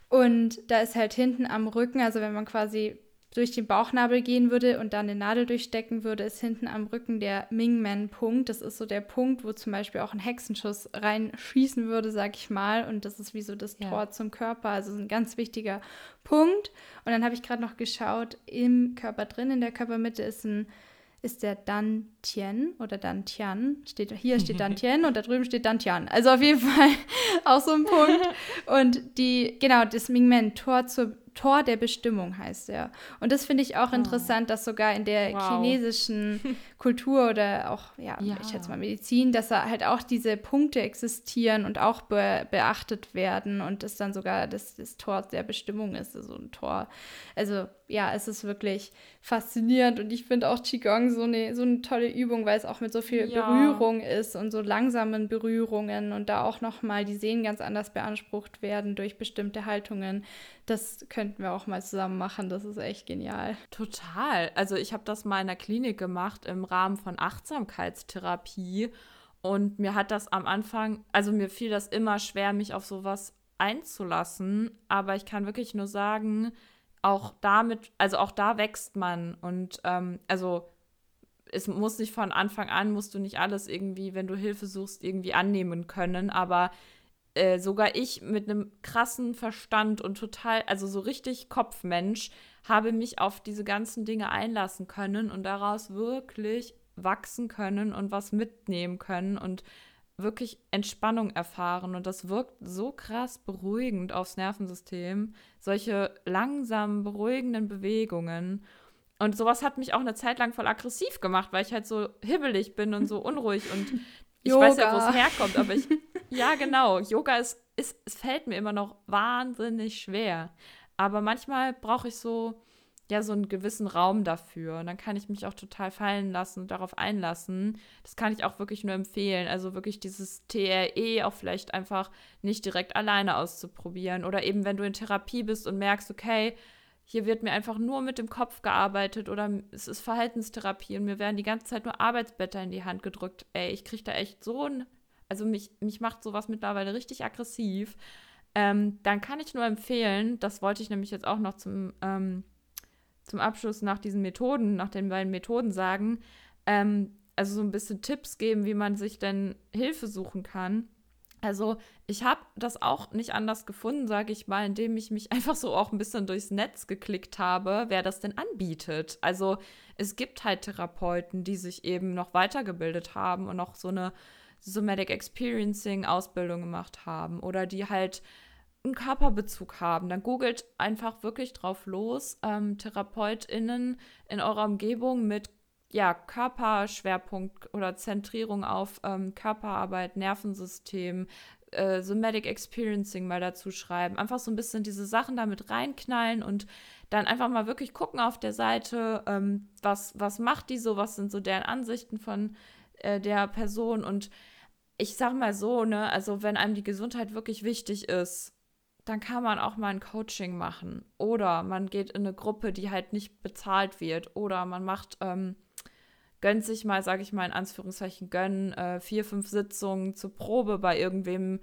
Und da ist halt hinten am Rücken, also wenn man quasi durch den Bauchnabel gehen würde und dann eine Nadel durchstecken würde, ist hinten am Rücken der Ming-Men-Punkt. Das ist so der Punkt, wo zum Beispiel auch ein Hexenschuss reinschießen würde, sag ich mal. Und das ist wie so das Ja. Tor zum Körper. Also ein ganz wichtiger Punkt. Und dann habe ich gerade noch geschaut, im Körper drin, in der Körpermitte ist ein ist der Dantian oder Dantian. Steht, hier steht Dantian und da drüben steht Dantian. Also auf jeden Fall auch so ein Punkt. Und die, genau, das Ming-Men, Tor zur Tor der Bestimmung heißt er. Und das finde ich auch Oh. interessant, dass sogar in der Wow. chinesischen Kultur oder auch, ja, Ja. ich schätze mal Medizin, dass da halt auch diese Punkte existieren und auch be beachtet werden und es dann sogar das, das Tor der Bestimmung ist, so ein Tor. Also ja, es ist wirklich faszinierend und ich finde auch Qigong so eine, so eine tolle Übung, weil es auch mit so viel Ja. Berührung ist und so langsamen Berührungen und da auch nochmal die Sehnen ganz anders beansprucht werden durch bestimmte Haltungen. Das könnten wir auch mal zusammen machen, das ist echt genial. Total. Also ich habe das mal in der Klinik gemacht im Rahmen von Achtsamkeitstherapie und mir hat das am Anfang, also mir fiel das immer schwer, mich auf sowas einzulassen, aber ich kann wirklich nur sagen, auch damit, also auch da wächst man und ähm, also es muss nicht von Anfang an, musst du nicht alles irgendwie, wenn du Hilfe suchst, irgendwie annehmen können, aber äh, sogar ich mit einem krassen Verstand und total, also so richtig Kopfmensch, habe mich auf diese ganzen Dinge einlassen können und daraus wirklich wachsen können und was mitnehmen können und wirklich Entspannung erfahren. Und das wirkt so krass beruhigend aufs Nervensystem. Solche langsamen, beruhigenden Bewegungen. Und sowas hat mich auch eine Zeit lang voll aggressiv gemacht, weil ich halt so hibbelig bin und so unruhig und ich weiß ja, wo es herkommt, aber ich, ja genau, Yoga ist, ist, es fällt mir immer noch wahnsinnig schwer. Aber manchmal brauche ich so, ja, so einen gewissen Raum dafür. Und dann kann ich mich auch total fallen lassen und darauf einlassen. Das kann ich auch wirklich nur empfehlen. Also wirklich dieses T R E auch vielleicht einfach nicht direkt alleine auszuprobieren. Oder eben, wenn du in Therapie bist und merkst, okay, hier wird mir einfach nur mit dem Kopf gearbeitet oder es ist Verhaltenstherapie und mir werden die ganze Zeit nur Arbeitsblätter in die Hand gedrückt. Ey, ich kriege da echt so ein, also mich, mich macht sowas mittlerweile richtig aggressiv. Ähm, dann kann ich nur empfehlen, das wollte ich nämlich jetzt auch noch zum, ähm, zum Abschluss nach diesen Methoden, nach den beiden Methoden sagen, ähm, also so ein bisschen Tipps geben, wie man sich denn Hilfe suchen kann. Also ich habe das auch nicht anders gefunden, sage ich mal, indem ich mich einfach so auch ein bisschen durchs Netz geklickt habe, wer das denn anbietet. Also es gibt halt Therapeuten, die sich eben noch weitergebildet haben und noch so eine Somatic Experiencing Ausbildung gemacht haben oder die halt einen Körperbezug haben. Dann googelt einfach wirklich drauf los, ähm, TherapeutInnen in eurer Umgebung mit ja, Körperschwerpunkt oder Zentrierung auf ähm, Körperarbeit, Nervensystem, äh, Somatic Experiencing mal dazu schreiben. Einfach so ein bisschen diese Sachen damit reinknallen und dann einfach mal wirklich gucken auf der Seite, ähm, was, was macht die so, was sind so deren Ansichten von äh, der Person. Und ich sag mal so, ne, also wenn einem die Gesundheit wirklich wichtig ist, dann kann man auch mal ein Coaching machen. Oder man geht in eine Gruppe, die halt nicht bezahlt wird. Oder man macht ähm, gönnt sich mal, sage ich mal in Anführungszeichen, gönnen, äh, vier, fünf Sitzungen zur Probe bei irgendwem,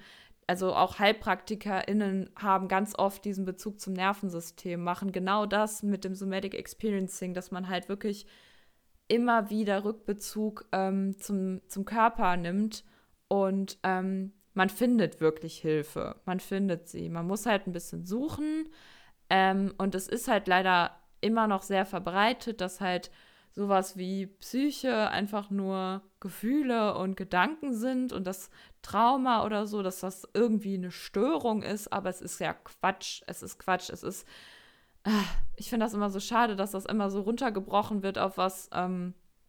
also auch HeilpraktikerInnen haben ganz oft diesen Bezug zum Nervensystem, machen genau das mit dem Somatic Experiencing, dass man halt wirklich immer wieder Rückbezug ähm, zum, zum Körper nimmt und ähm, man findet wirklich Hilfe. Man findet sie. Man muss halt ein bisschen suchen ähm, und es ist halt leider immer noch sehr verbreitet, dass halt sowas wie Psyche einfach nur Gefühle und Gedanken sind und das Trauma oder so, dass das irgendwie eine Störung ist, aber es ist ja Quatsch. Es ist Quatsch. Es ist Ich finde das immer so schade, dass das immer so runtergebrochen wird auf was, ähm,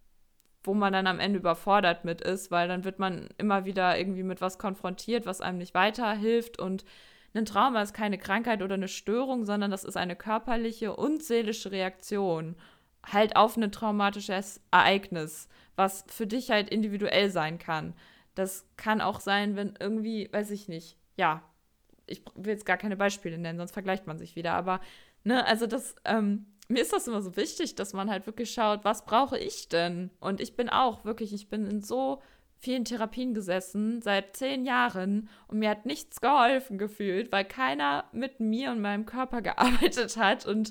wo man dann am Ende überfordert mit ist, weil dann wird man immer wieder irgendwie mit was konfrontiert, was einem nicht weiterhilft. Und ein Trauma ist keine Krankheit oder eine Störung, sondern das ist eine körperliche und seelische Reaktion halt auf ein traumatisches Ereignis, was für dich halt individuell sein kann. Das kann auch sein, wenn irgendwie, weiß ich nicht, ja, ich will jetzt gar keine Beispiele nennen, sonst vergleicht man sich wieder, aber Ne, also das, ähm, mir ist das immer so wichtig, dass man halt wirklich schaut, was brauche ich denn? Und ich bin auch wirklich, ich bin in so vielen Therapien gesessen, seit zehn Jahren und mir hat nichts geholfen gefühlt, weil keiner mit mir und meinem Körper gearbeitet hat und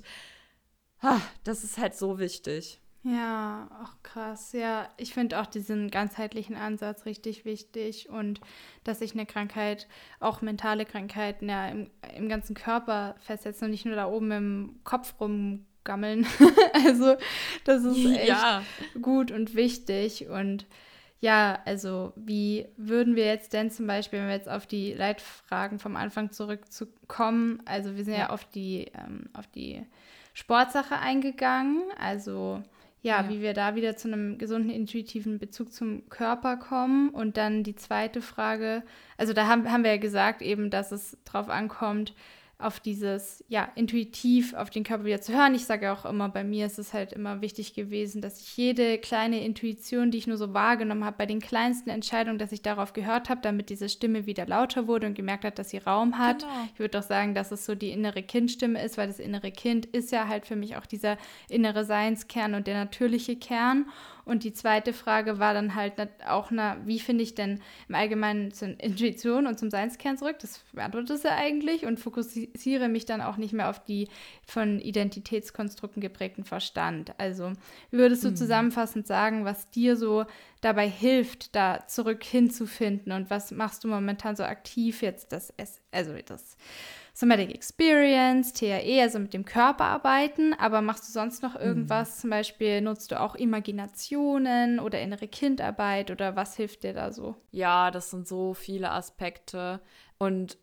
ah, das ist halt so wichtig. Ja, auch krass. Ja, ich finde auch diesen ganzheitlichen Ansatz richtig wichtig und dass sich eine Krankheit, auch mentale Krankheiten, ja im, im ganzen Körper festsetzen und nicht nur da oben im Kopf rumgammeln. Also das ist echt Ja. gut und wichtig. Und ja, also wie würden wir jetzt denn zum Beispiel, wenn wir jetzt auf die Leitfragen vom Anfang zurückzukommen, also wir sind ja, Ja. auf die, ähm, auf die Sportsache eingegangen, also ja, Ja. wie wir da wieder zu einem gesunden, intuitiven Bezug zum Körper kommen. Und dann die zweite Frage, also da haben, haben wir ja gesagt eben, dass es drauf ankommt, auf dieses, ja, intuitiv auf den Körper wieder zu hören. Ich sage auch immer, bei mir ist es halt immer wichtig gewesen, dass ich jede kleine Intuition, die ich nur so wahrgenommen habe, bei den kleinsten Entscheidungen, dass ich darauf gehört habe, damit diese Stimme wieder lauter wurde und gemerkt hat, dass sie Raum hat. Genau. Ich würde auch sagen, dass es so die innere Kindstimme ist, weil das innere Kind ist ja halt für mich auch dieser innere Seinskern und der natürliche Kern. Und die zweite Frage war dann halt auch, na, wie finde ich denn im Allgemeinen zur Intuition und zum Seinskern zurück? Das beantwortet es ja eigentlich und fokussiere mich dann auch nicht mehr auf die von Identitätskonstrukten geprägten Verstand. Also, wie würdest du Mhm. zusammenfassend sagen, was dir so dabei hilft, da zurück hinzufinden und was machst du momentan so aktiv jetzt, das, also das Somatic Experience, T R E, also mit dem Körper arbeiten, aber machst du sonst noch irgendwas? Mhm. Zum Beispiel nutzt du auch Imaginationen oder innere Kindarbeit oder was hilft dir da so? Ja, das sind so viele Aspekte und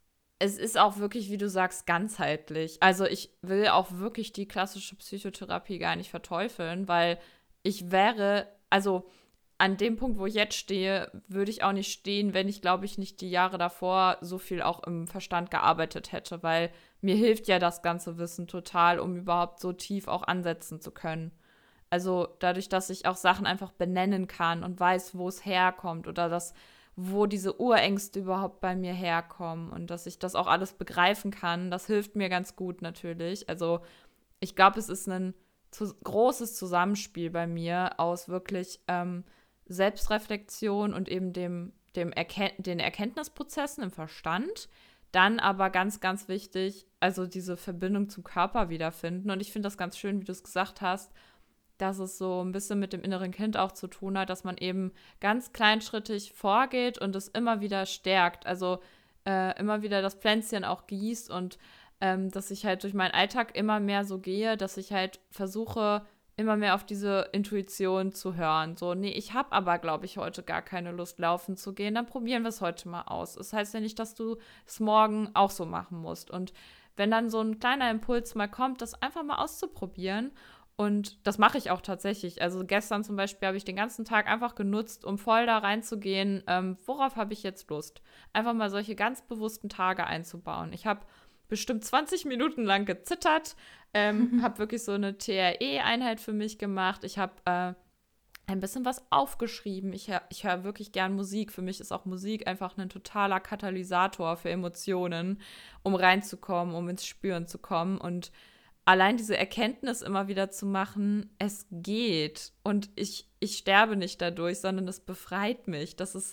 es ist auch wirklich, wie du sagst, ganzheitlich. Also ich will auch wirklich die klassische Psychotherapie gar nicht verteufeln, weil ich wäre, also an dem Punkt, wo ich jetzt stehe, würde ich auch nicht stehen, wenn ich, glaube ich, nicht die Jahre davor so viel auch im Verstand gearbeitet hätte, weil mir hilft ja das ganze Wissen total, um überhaupt so tief auch ansetzen zu können. Also dadurch, dass ich auch Sachen einfach benennen kann und weiß, wo es herkommt oder das, wo diese Urängste überhaupt bei mir herkommen und dass ich das auch alles begreifen kann, das hilft mir ganz gut natürlich. Also ich glaube, es ist ein zu- großes Zusammenspiel bei mir aus wirklich ähm, Selbstreflexion und eben dem, dem Erken- den Erkenntnisprozessen im Verstand. Dann aber ganz, ganz wichtig, also diese Verbindung zum Körper wiederfinden. Und ich finde das ganz schön, wie du es gesagt hast, dass es so ein bisschen mit dem inneren Kind auch zu tun hat, dass man eben ganz kleinschrittig vorgeht und es immer wieder stärkt. Also äh, immer wieder das Pflänzchen auch gießt und ähm, dass ich halt durch meinen Alltag immer mehr so gehe, dass ich halt versuche, immer mehr auf diese Intuition zu hören. So, nee, ich habe aber, glaube ich, heute gar keine Lust, laufen zu gehen. Dann probieren wir es heute mal aus. Das heißt ja nicht, dass du es morgen auch so machen musst. Und wenn dann so ein kleiner Impuls mal kommt, das einfach mal auszuprobieren. Und das mache ich auch tatsächlich. Also gestern zum Beispiel habe ich den ganzen Tag einfach genutzt, um voll da reinzugehen, ähm, worauf habe ich jetzt Lust? Einfach mal solche ganz bewussten Tage einzubauen. Ich habe bestimmt zwanzig Minuten lang gezittert, ähm, habe wirklich so eine T R E-Einheit für mich gemacht. Ich habe äh, ein bisschen was aufgeschrieben. Ich, hör, ich höre wirklich gern Musik. Für mich ist auch Musik einfach ein totaler Katalysator für Emotionen, um reinzukommen, um ins Spüren zu kommen. Und allein diese Erkenntnis immer wieder zu machen, es geht und ich, ich sterbe nicht dadurch, sondern es befreit mich. Das ist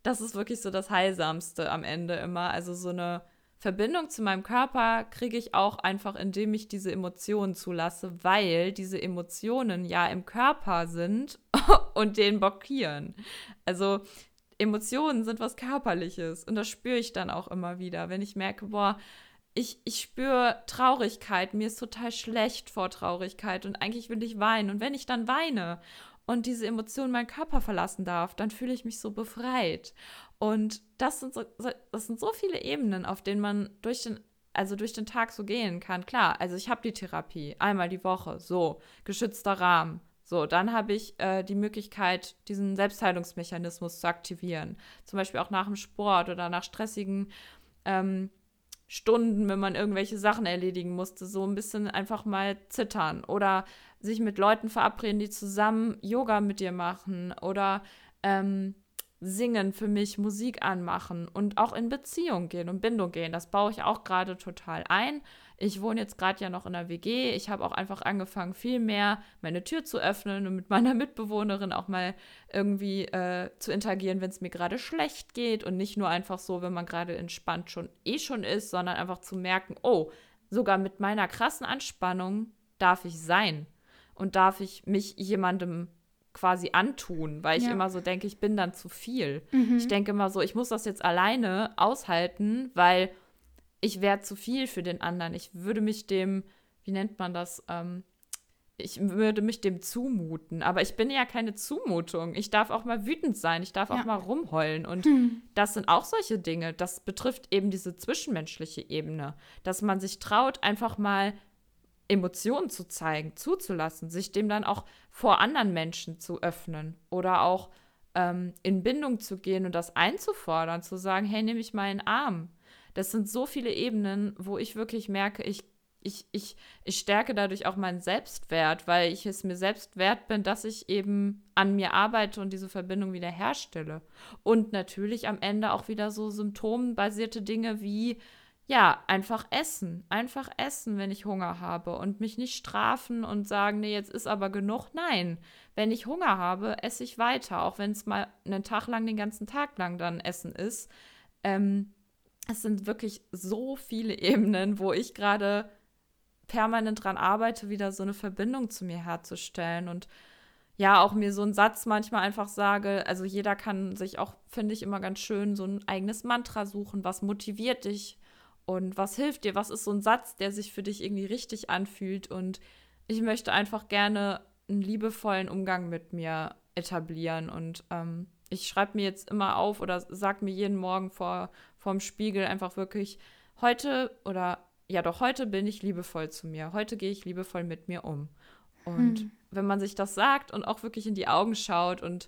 das ist wirklich so das Heilsamste am Ende immer. Also so eine Verbindung zu meinem Körper kriege ich auch einfach, indem ich diese Emotionen zulasse, weil diese Emotionen ja im Körper sind und den blockieren. Also Emotionen sind was Körperliches und das spüre ich dann auch immer wieder, wenn ich merke, boah, ich, ich spüre Traurigkeit, mir ist total schlecht vor Traurigkeit und eigentlich will ich weinen. Und wenn ich dann weine und diese Emotion meinen Körper verlassen darf, dann fühle ich mich so befreit. Und das sind so, das sind so viele Ebenen, auf denen man durch den, also durch den Tag so gehen kann. Klar, also ich habe die Therapie einmal die Woche, so, geschützter Rahmen. So, dann habe ich äh, die Möglichkeit, diesen Selbstheilungsmechanismus zu aktivieren. Zum Beispiel auch nach dem Sport oder nach stressigen ähm, Stunden, wenn man irgendwelche Sachen erledigen musste, so ein bisschen einfach mal zittern oder sich mit Leuten verabreden, die zusammen Yoga mit dir machen oder ähm, singen für mich, Musik anmachen und auch in Beziehung gehen und Bindung gehen. Das baue ich auch gerade total ein. Ich wohne jetzt gerade ja noch in einer W G. Ich habe auch einfach angefangen, viel mehr meine Tür zu öffnen und mit meiner Mitbewohnerin auch mal irgendwie äh, zu interagieren, wenn es mir gerade schlecht geht und nicht nur einfach so, wenn man gerade entspannt schon eh schon ist, sondern einfach zu merken, oh, sogar mit meiner krassen Anspannung darf ich sein und darf ich mich jemandem quasi antun, weil ich Ja. immer so denke, ich bin dann zu viel. Mhm. Ich denke immer so, ich muss das jetzt alleine aushalten, weil ich wäre zu viel für den anderen. Ich würde mich dem, wie nennt man das, ähm, ich würde mich dem zumuten. Aber ich bin ja keine Zumutung. Ich darf auch mal wütend sein. Ich darf auch Ja. mal rumheulen. Und Hm. das sind auch solche Dinge. Das betrifft eben diese zwischenmenschliche Ebene. Dass man sich traut, einfach mal Emotionen zu zeigen, zuzulassen, sich dem dann auch vor anderen Menschen zu öffnen oder auch ähm, in Bindung zu gehen und das einzufordern, zu sagen, hey, nehme ich mal in den Arm. Das sind so viele Ebenen, wo ich wirklich merke, ich, ich, ich, ich stärke dadurch auch meinen Selbstwert, weil ich es mir selbst wert bin, dass ich eben an mir arbeite und diese Verbindung wieder herstelle. Und natürlich am Ende auch wieder so symptombasierte Dinge wie ja, einfach essen. Einfach essen, wenn ich Hunger habe und mich nicht strafen und sagen, nee, jetzt ist aber genug. Nein, wenn ich Hunger habe, esse ich weiter, auch wenn es mal einen Tag lang, den ganzen Tag lang dann Essen ist. Ähm, es sind wirklich so viele Ebenen, wo ich gerade permanent dran arbeite, wieder so eine Verbindung zu mir herzustellen und ja, auch mir so einen Satz manchmal einfach sage, also jeder kann sich auch, finde ich immer ganz schön, so ein eigenes Mantra suchen, was motiviert dich und was hilft dir, was ist so ein Satz, der sich für dich irgendwie richtig anfühlt und ich möchte einfach gerne einen liebevollen Umgang mit mir etablieren und ähm, ich schreibe mir jetzt immer auf oder sage mir jeden Morgen vor vorm Spiegel einfach wirklich, heute oder ja doch, heute bin ich liebevoll zu mir, heute gehe ich liebevoll mit mir um. Und Hm. wenn man sich das sagt und auch wirklich in die Augen schaut und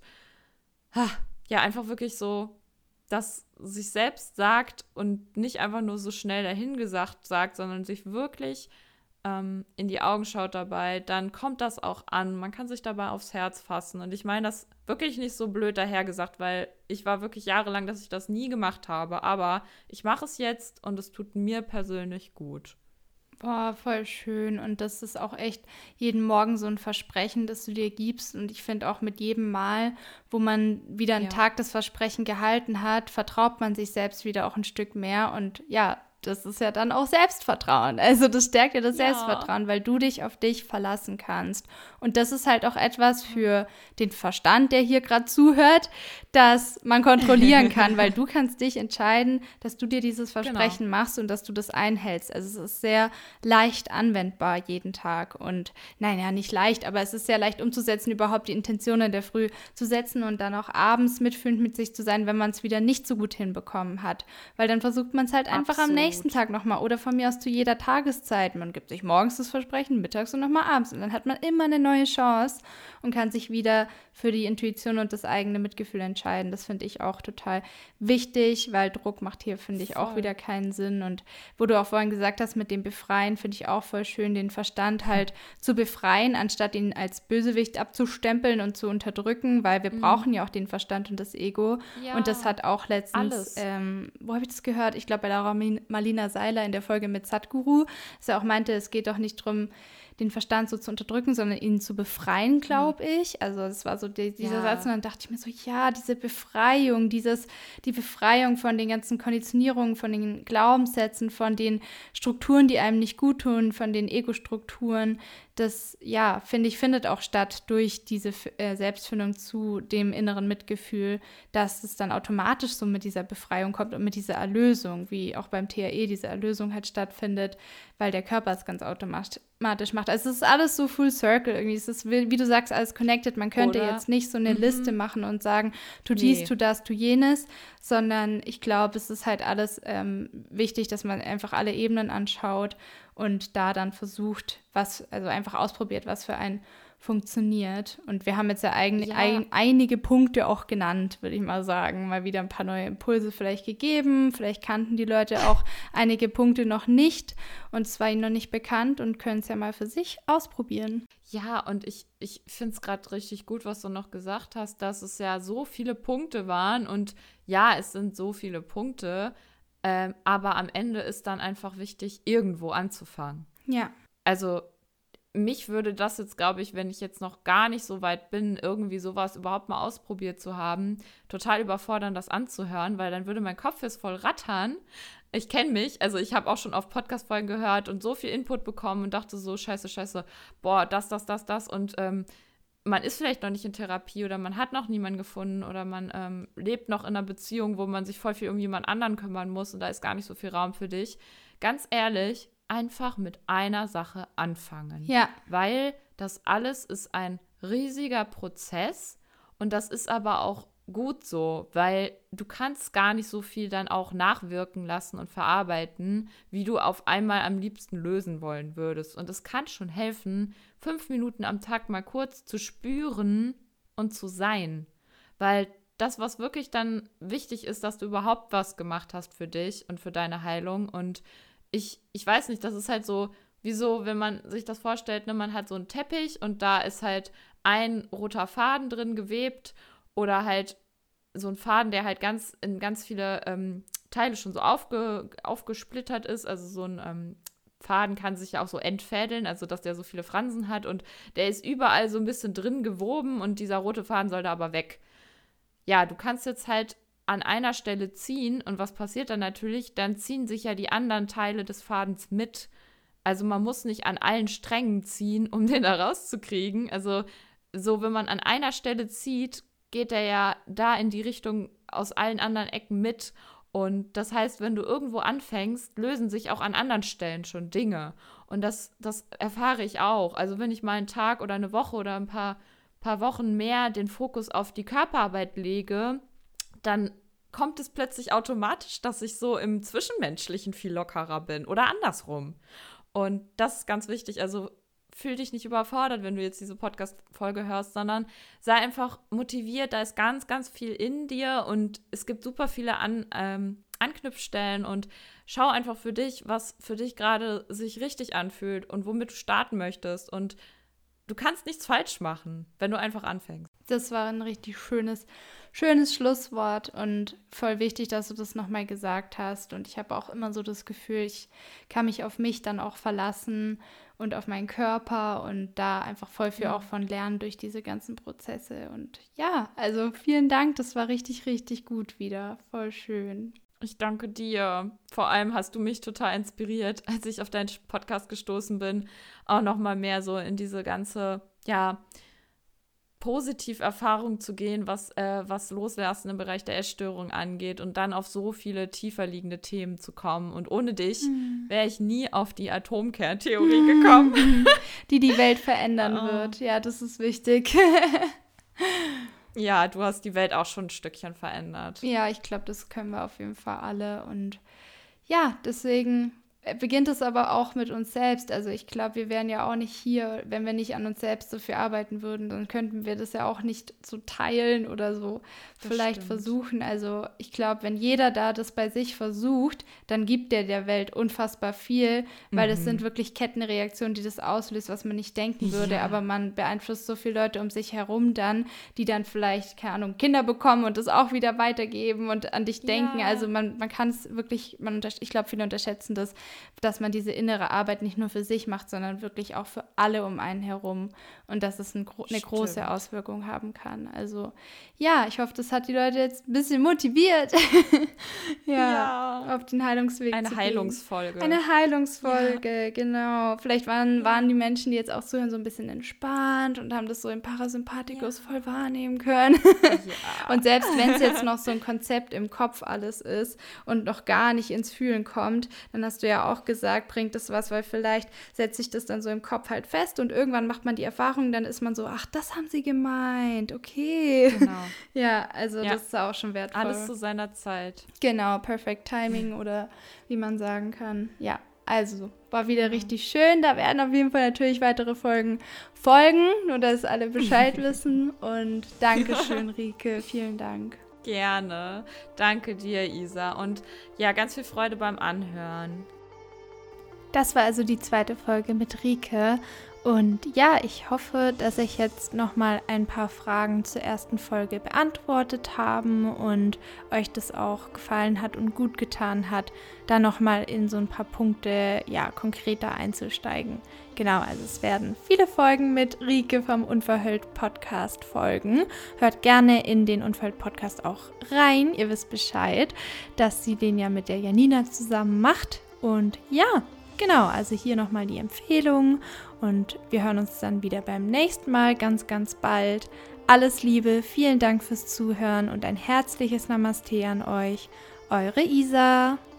ha, ja, einfach wirklich so das sich selbst sagt und nicht einfach nur so schnell dahingesagt sagt, sondern sich wirklich ähm, in die Augen schaut dabei, dann kommt das auch an. Man kann sich dabei aufs Herz fassen. Und ich meine das wirklich nicht so blöd dahergesagt, weil ich war wirklich jahrelang, dass ich das nie gemacht habe. Aber ich mache es jetzt und es tut mir persönlich gut. Boah, voll schön. Und das ist auch echt jeden Morgen so ein Versprechen, das du dir gibst. Und ich finde auch mit jedem Mal, wo man wieder einen Ja. Tag das Versprechen gehalten hat, vertraut man sich selbst wieder auch ein Stück mehr. Und ja, das ist ja dann auch Selbstvertrauen. Also das stärkt ja das Ja. Selbstvertrauen, weil du dich auf dich verlassen kannst. Und das ist halt auch etwas für den Verstand, der hier gerade zuhört, dass man kontrollieren kann, weil du kannst dich entscheiden, dass du dir dieses Versprechen machst und dass du das einhältst. Also es ist sehr leicht anwendbar jeden Tag. Und nein, ja, nicht leicht, aber es ist sehr leicht umzusetzen, überhaupt die Intentionen der Früh zu setzen und dann auch abends mitfühlend mit sich zu sein, wenn man es wieder nicht so gut hinbekommen hat. Weil dann versucht man es halt einfach am Absolut. nächsten Tag nochmal oder von mir aus zu jeder Tageszeit. Man gibt sich morgens das Versprechen, mittags und nochmal abends. Und dann hat man immer eine neue Chance und kann sich wieder für die Intuition und das eigene Mitgefühl entscheiden. Das finde ich auch total wichtig, weil Druck macht hier, finde ich, auch Voll. wieder keinen Sinn. Und wo du auch vorhin gesagt hast, mit dem Befreien, finde ich auch voll schön, den Verstand halt zu befreien, anstatt ihn als Bösewicht abzustempeln und zu unterdrücken, weil wir Mhm. brauchen ja auch den Verstand und das Ego. Ja. Und das hat auch letztens, Alles. ähm, wo habe ich das gehört? Ich glaube, bei Laura Min- Marlina Seiler in der Folge mit Sadhguru, dass er auch meinte, es geht doch nicht darum, den Verstand so zu unterdrücken, sondern ihn zu befreien, glaube mhm. ich. Also das war so die, dieser ja. Satz und dann dachte ich mir so, ja, diese Befreiung, dieses, die Befreiung von den ganzen Konditionierungen, von den Glaubenssätzen, von den Strukturen, die einem nicht gut tun, von den Ego-Strukturen, das, ja, finde ich, findet auch statt durch diese äh, Selbstfindung zu dem inneren Mitgefühl, dass es dann automatisch so mit dieser Befreiung kommt und mit dieser Erlösung, wie auch beim T R E diese Erlösung halt stattfindet, weil der Körper es ganz automatisch macht. Also es ist alles so full circle irgendwie. Es ist, wie du sagst, alles connected. Man könnte Oder? jetzt nicht so eine mhm. Liste machen und sagen, tu nee. dies, tu das, tu jenes, sondern ich glaube, es ist halt alles ähm, wichtig, dass man einfach alle Ebenen anschaut und da dann versucht, was, also einfach ausprobiert, was für ein funktioniert. Und wir haben jetzt ja, eigen, ja. Ein, einige Punkte auch genannt, würde ich mal sagen. Mal wieder ein paar neue Impulse vielleicht gegeben. Vielleicht kannten die Leute auch einige Punkte noch nicht und es war ihnen noch nicht bekannt und können es ja mal für sich ausprobieren. Ja, und ich, ich finde es gerade richtig gut, was du noch gesagt hast, dass es ja so viele Punkte waren und ja, es sind so viele Punkte, ähm, aber am Ende ist dann einfach wichtig, irgendwo anzufangen. Ja. Also mich würde das jetzt, glaube ich, wenn ich jetzt noch gar nicht so weit bin, irgendwie sowas überhaupt mal ausprobiert zu haben, total überfordern, das anzuhören, weil dann würde mein Kopf jetzt voll rattern. Ich kenne mich, also ich habe auch schon auf Podcast-Folgen gehört und so viel Input bekommen und dachte so, scheiße, scheiße, boah, das, das, das, das und ähm, man ist vielleicht noch nicht in Therapie oder man hat noch niemanden gefunden oder man ähm, lebt noch in einer Beziehung, wo man sich voll viel um jemand anderen kümmern muss und da ist gar nicht so viel Raum für dich. Ganz ehrlich, einfach mit einer Sache anfangen. Ja. Weil das alles ist ein riesiger Prozess und das ist aber auch gut so, weil du kannst gar nicht so viel dann auch nachwirken lassen und verarbeiten, wie du auf einmal am liebsten lösen wollen würdest. Und es kann schon helfen, fünf Minuten am Tag mal kurz zu spüren und zu sein. Weil das, was wirklich dann wichtig ist, dass du überhaupt was gemacht hast für dich und für deine Heilung und Ich, ich weiß nicht, das ist halt so, wie so, wenn man sich das vorstellt, ne, man hat so einen Teppich und da ist halt ein roter Faden drin gewebt oder halt so ein Faden, der halt ganz in ganz viele ähm, Teile schon so aufge, aufgesplittert ist. Also so ein ähm, Faden kann sich ja auch so entfädeln, also dass der so viele Fransen hat und der ist überall so ein bisschen drin gewoben und dieser rote Faden soll da aber weg. Ja, du kannst jetzt halt an einer Stelle ziehen und was passiert dann natürlich? Dann ziehen sich ja die anderen Teile des Fadens mit. Also man muss nicht an allen Strängen ziehen, um den da rauszukriegen. Also so, wenn man an einer Stelle zieht, geht der ja da in die Richtung aus allen anderen Ecken mit. Und das heißt, wenn du irgendwo anfängst, lösen sich auch an anderen Stellen schon Dinge. Und das, das erfahre ich auch. Also wenn ich mal einen Tag oder eine Woche oder ein paar, paar Wochen mehr den Fokus auf die Körperarbeit lege, dann kommt es plötzlich automatisch, dass ich so im Zwischenmenschlichen viel lockerer bin oder andersrum. Und das ist ganz wichtig. Also fühl dich nicht überfordert, wenn du jetzt diese Podcast-Folge hörst, sondern sei einfach motiviert. Da ist ganz, ganz viel in dir und es gibt super viele An- ähm, Anknüpfstellen und schau einfach für dich, was für dich gerade sich richtig anfühlt und womit du starten möchtest. Und du kannst nichts falsch machen, wenn du einfach anfängst. Das war ein richtig schönes, schönes Schlusswort und voll wichtig, dass du das nochmal gesagt hast. Und ich habe auch immer so das Gefühl, ich kann mich auf mich dann auch verlassen und auf meinen Körper und da einfach voll viel ja. auch von lernen durch diese ganzen Prozesse. Und ja, also vielen Dank, das war richtig, richtig gut wieder. Voll schön. Ich danke dir. Vor allem hast du mich total inspiriert, als ich auf deinen Podcast gestoßen bin, auch nochmal mehr so in diese ganze, ja, Positiverfahrung zu gehen, was, äh, was Loslassen im Bereich der Essstörung angeht und dann auf so viele tiefer liegende Themen zu kommen. Und ohne dich mm. wäre ich nie auf die Atomkerntheorie mm. gekommen. Die die Welt verändern oh. wird. Ja, das ist wichtig. Ja, du hast die Welt auch schon ein Stückchen verändert. Ja, ich glaube, das können wir auf jeden Fall alle. Und ja, deswegen beginnt es aber auch mit uns selbst. Also ich glaube, wir wären ja auch nicht hier, wenn wir nicht an uns selbst so viel arbeiten würden. Dann könnten wir das ja auch nicht so teilen oder so das vielleicht stimmt. versuchen. Also ich glaube, wenn jeder da das bei sich versucht, dann gibt der der Welt unfassbar viel, weil mhm. das sind wirklich Kettenreaktionen, die das auslöst, was man nicht denken würde. Ja. Aber man beeinflusst so viele Leute um sich herum dann, die dann vielleicht, keine Ahnung, Kinder bekommen und das auch wieder weitergeben und an dich denken. Ja. Also man, man kann es wirklich, man unter- ich glaube, viele unterschätzen das, dass man diese innere Arbeit nicht nur für sich macht, sondern wirklich auch für alle um einen herum und dass es ein, eine große Stimmt. Auswirkung haben kann. Also ja, ich hoffe, das hat die Leute jetzt ein bisschen motiviert, ja, Ja. auf den Heilungsweg Eine zu Heilungsfolge. gehen. Eine Heilungsfolge, genau. Vielleicht waren, waren die Menschen, die jetzt auch zuhören, so ein bisschen entspannt und haben das so im Parasympathikus Ja. voll wahrnehmen können. Ja. Und selbst wenn es jetzt noch so ein Konzept im Kopf alles ist und noch gar nicht ins Fühlen kommt, dann hast du ja auch gesagt, bringt es was, weil vielleicht setzt sich das dann so im Kopf halt fest und irgendwann macht man die Erfahrung, dann ist man so, ach, das haben sie gemeint, okay. Genau. Ja, also Ja. das ist auch schon wertvoll. Alles zu seiner Zeit. Genau, perfect timing oder wie man sagen kann. Ja, also war wieder richtig schön. Da werden auf jeden Fall natürlich weitere Folgen folgen, nur dass alle Bescheid wissen. Und Dankeschön, Rike, vielen Dank. Gerne. Danke dir, Isa. Und ja, ganz viel Freude beim Anhören. Das war also die zweite Folge mit Rike. Und ja, ich hoffe, dass ich jetzt nochmal ein paar Fragen zur ersten Folge beantwortet haben und euch das auch gefallen hat und gut getan hat, da nochmal in so ein paar Punkte ja konkreter einzusteigen. Genau, also es werden viele Folgen mit Rike vom Unverhüllt Podcast folgen. Hört gerne in den Unverhüllt Podcast auch rein. Ihr wisst Bescheid, dass sie den ja mit der Janina zusammen macht. Und ja, genau, also hier nochmal die Empfehlung und wir hören uns dann wieder beim nächsten Mal ganz, ganz bald. Alles Liebe, vielen Dank fürs Zuhören und ein herzliches Namaste an euch. Eure Isa.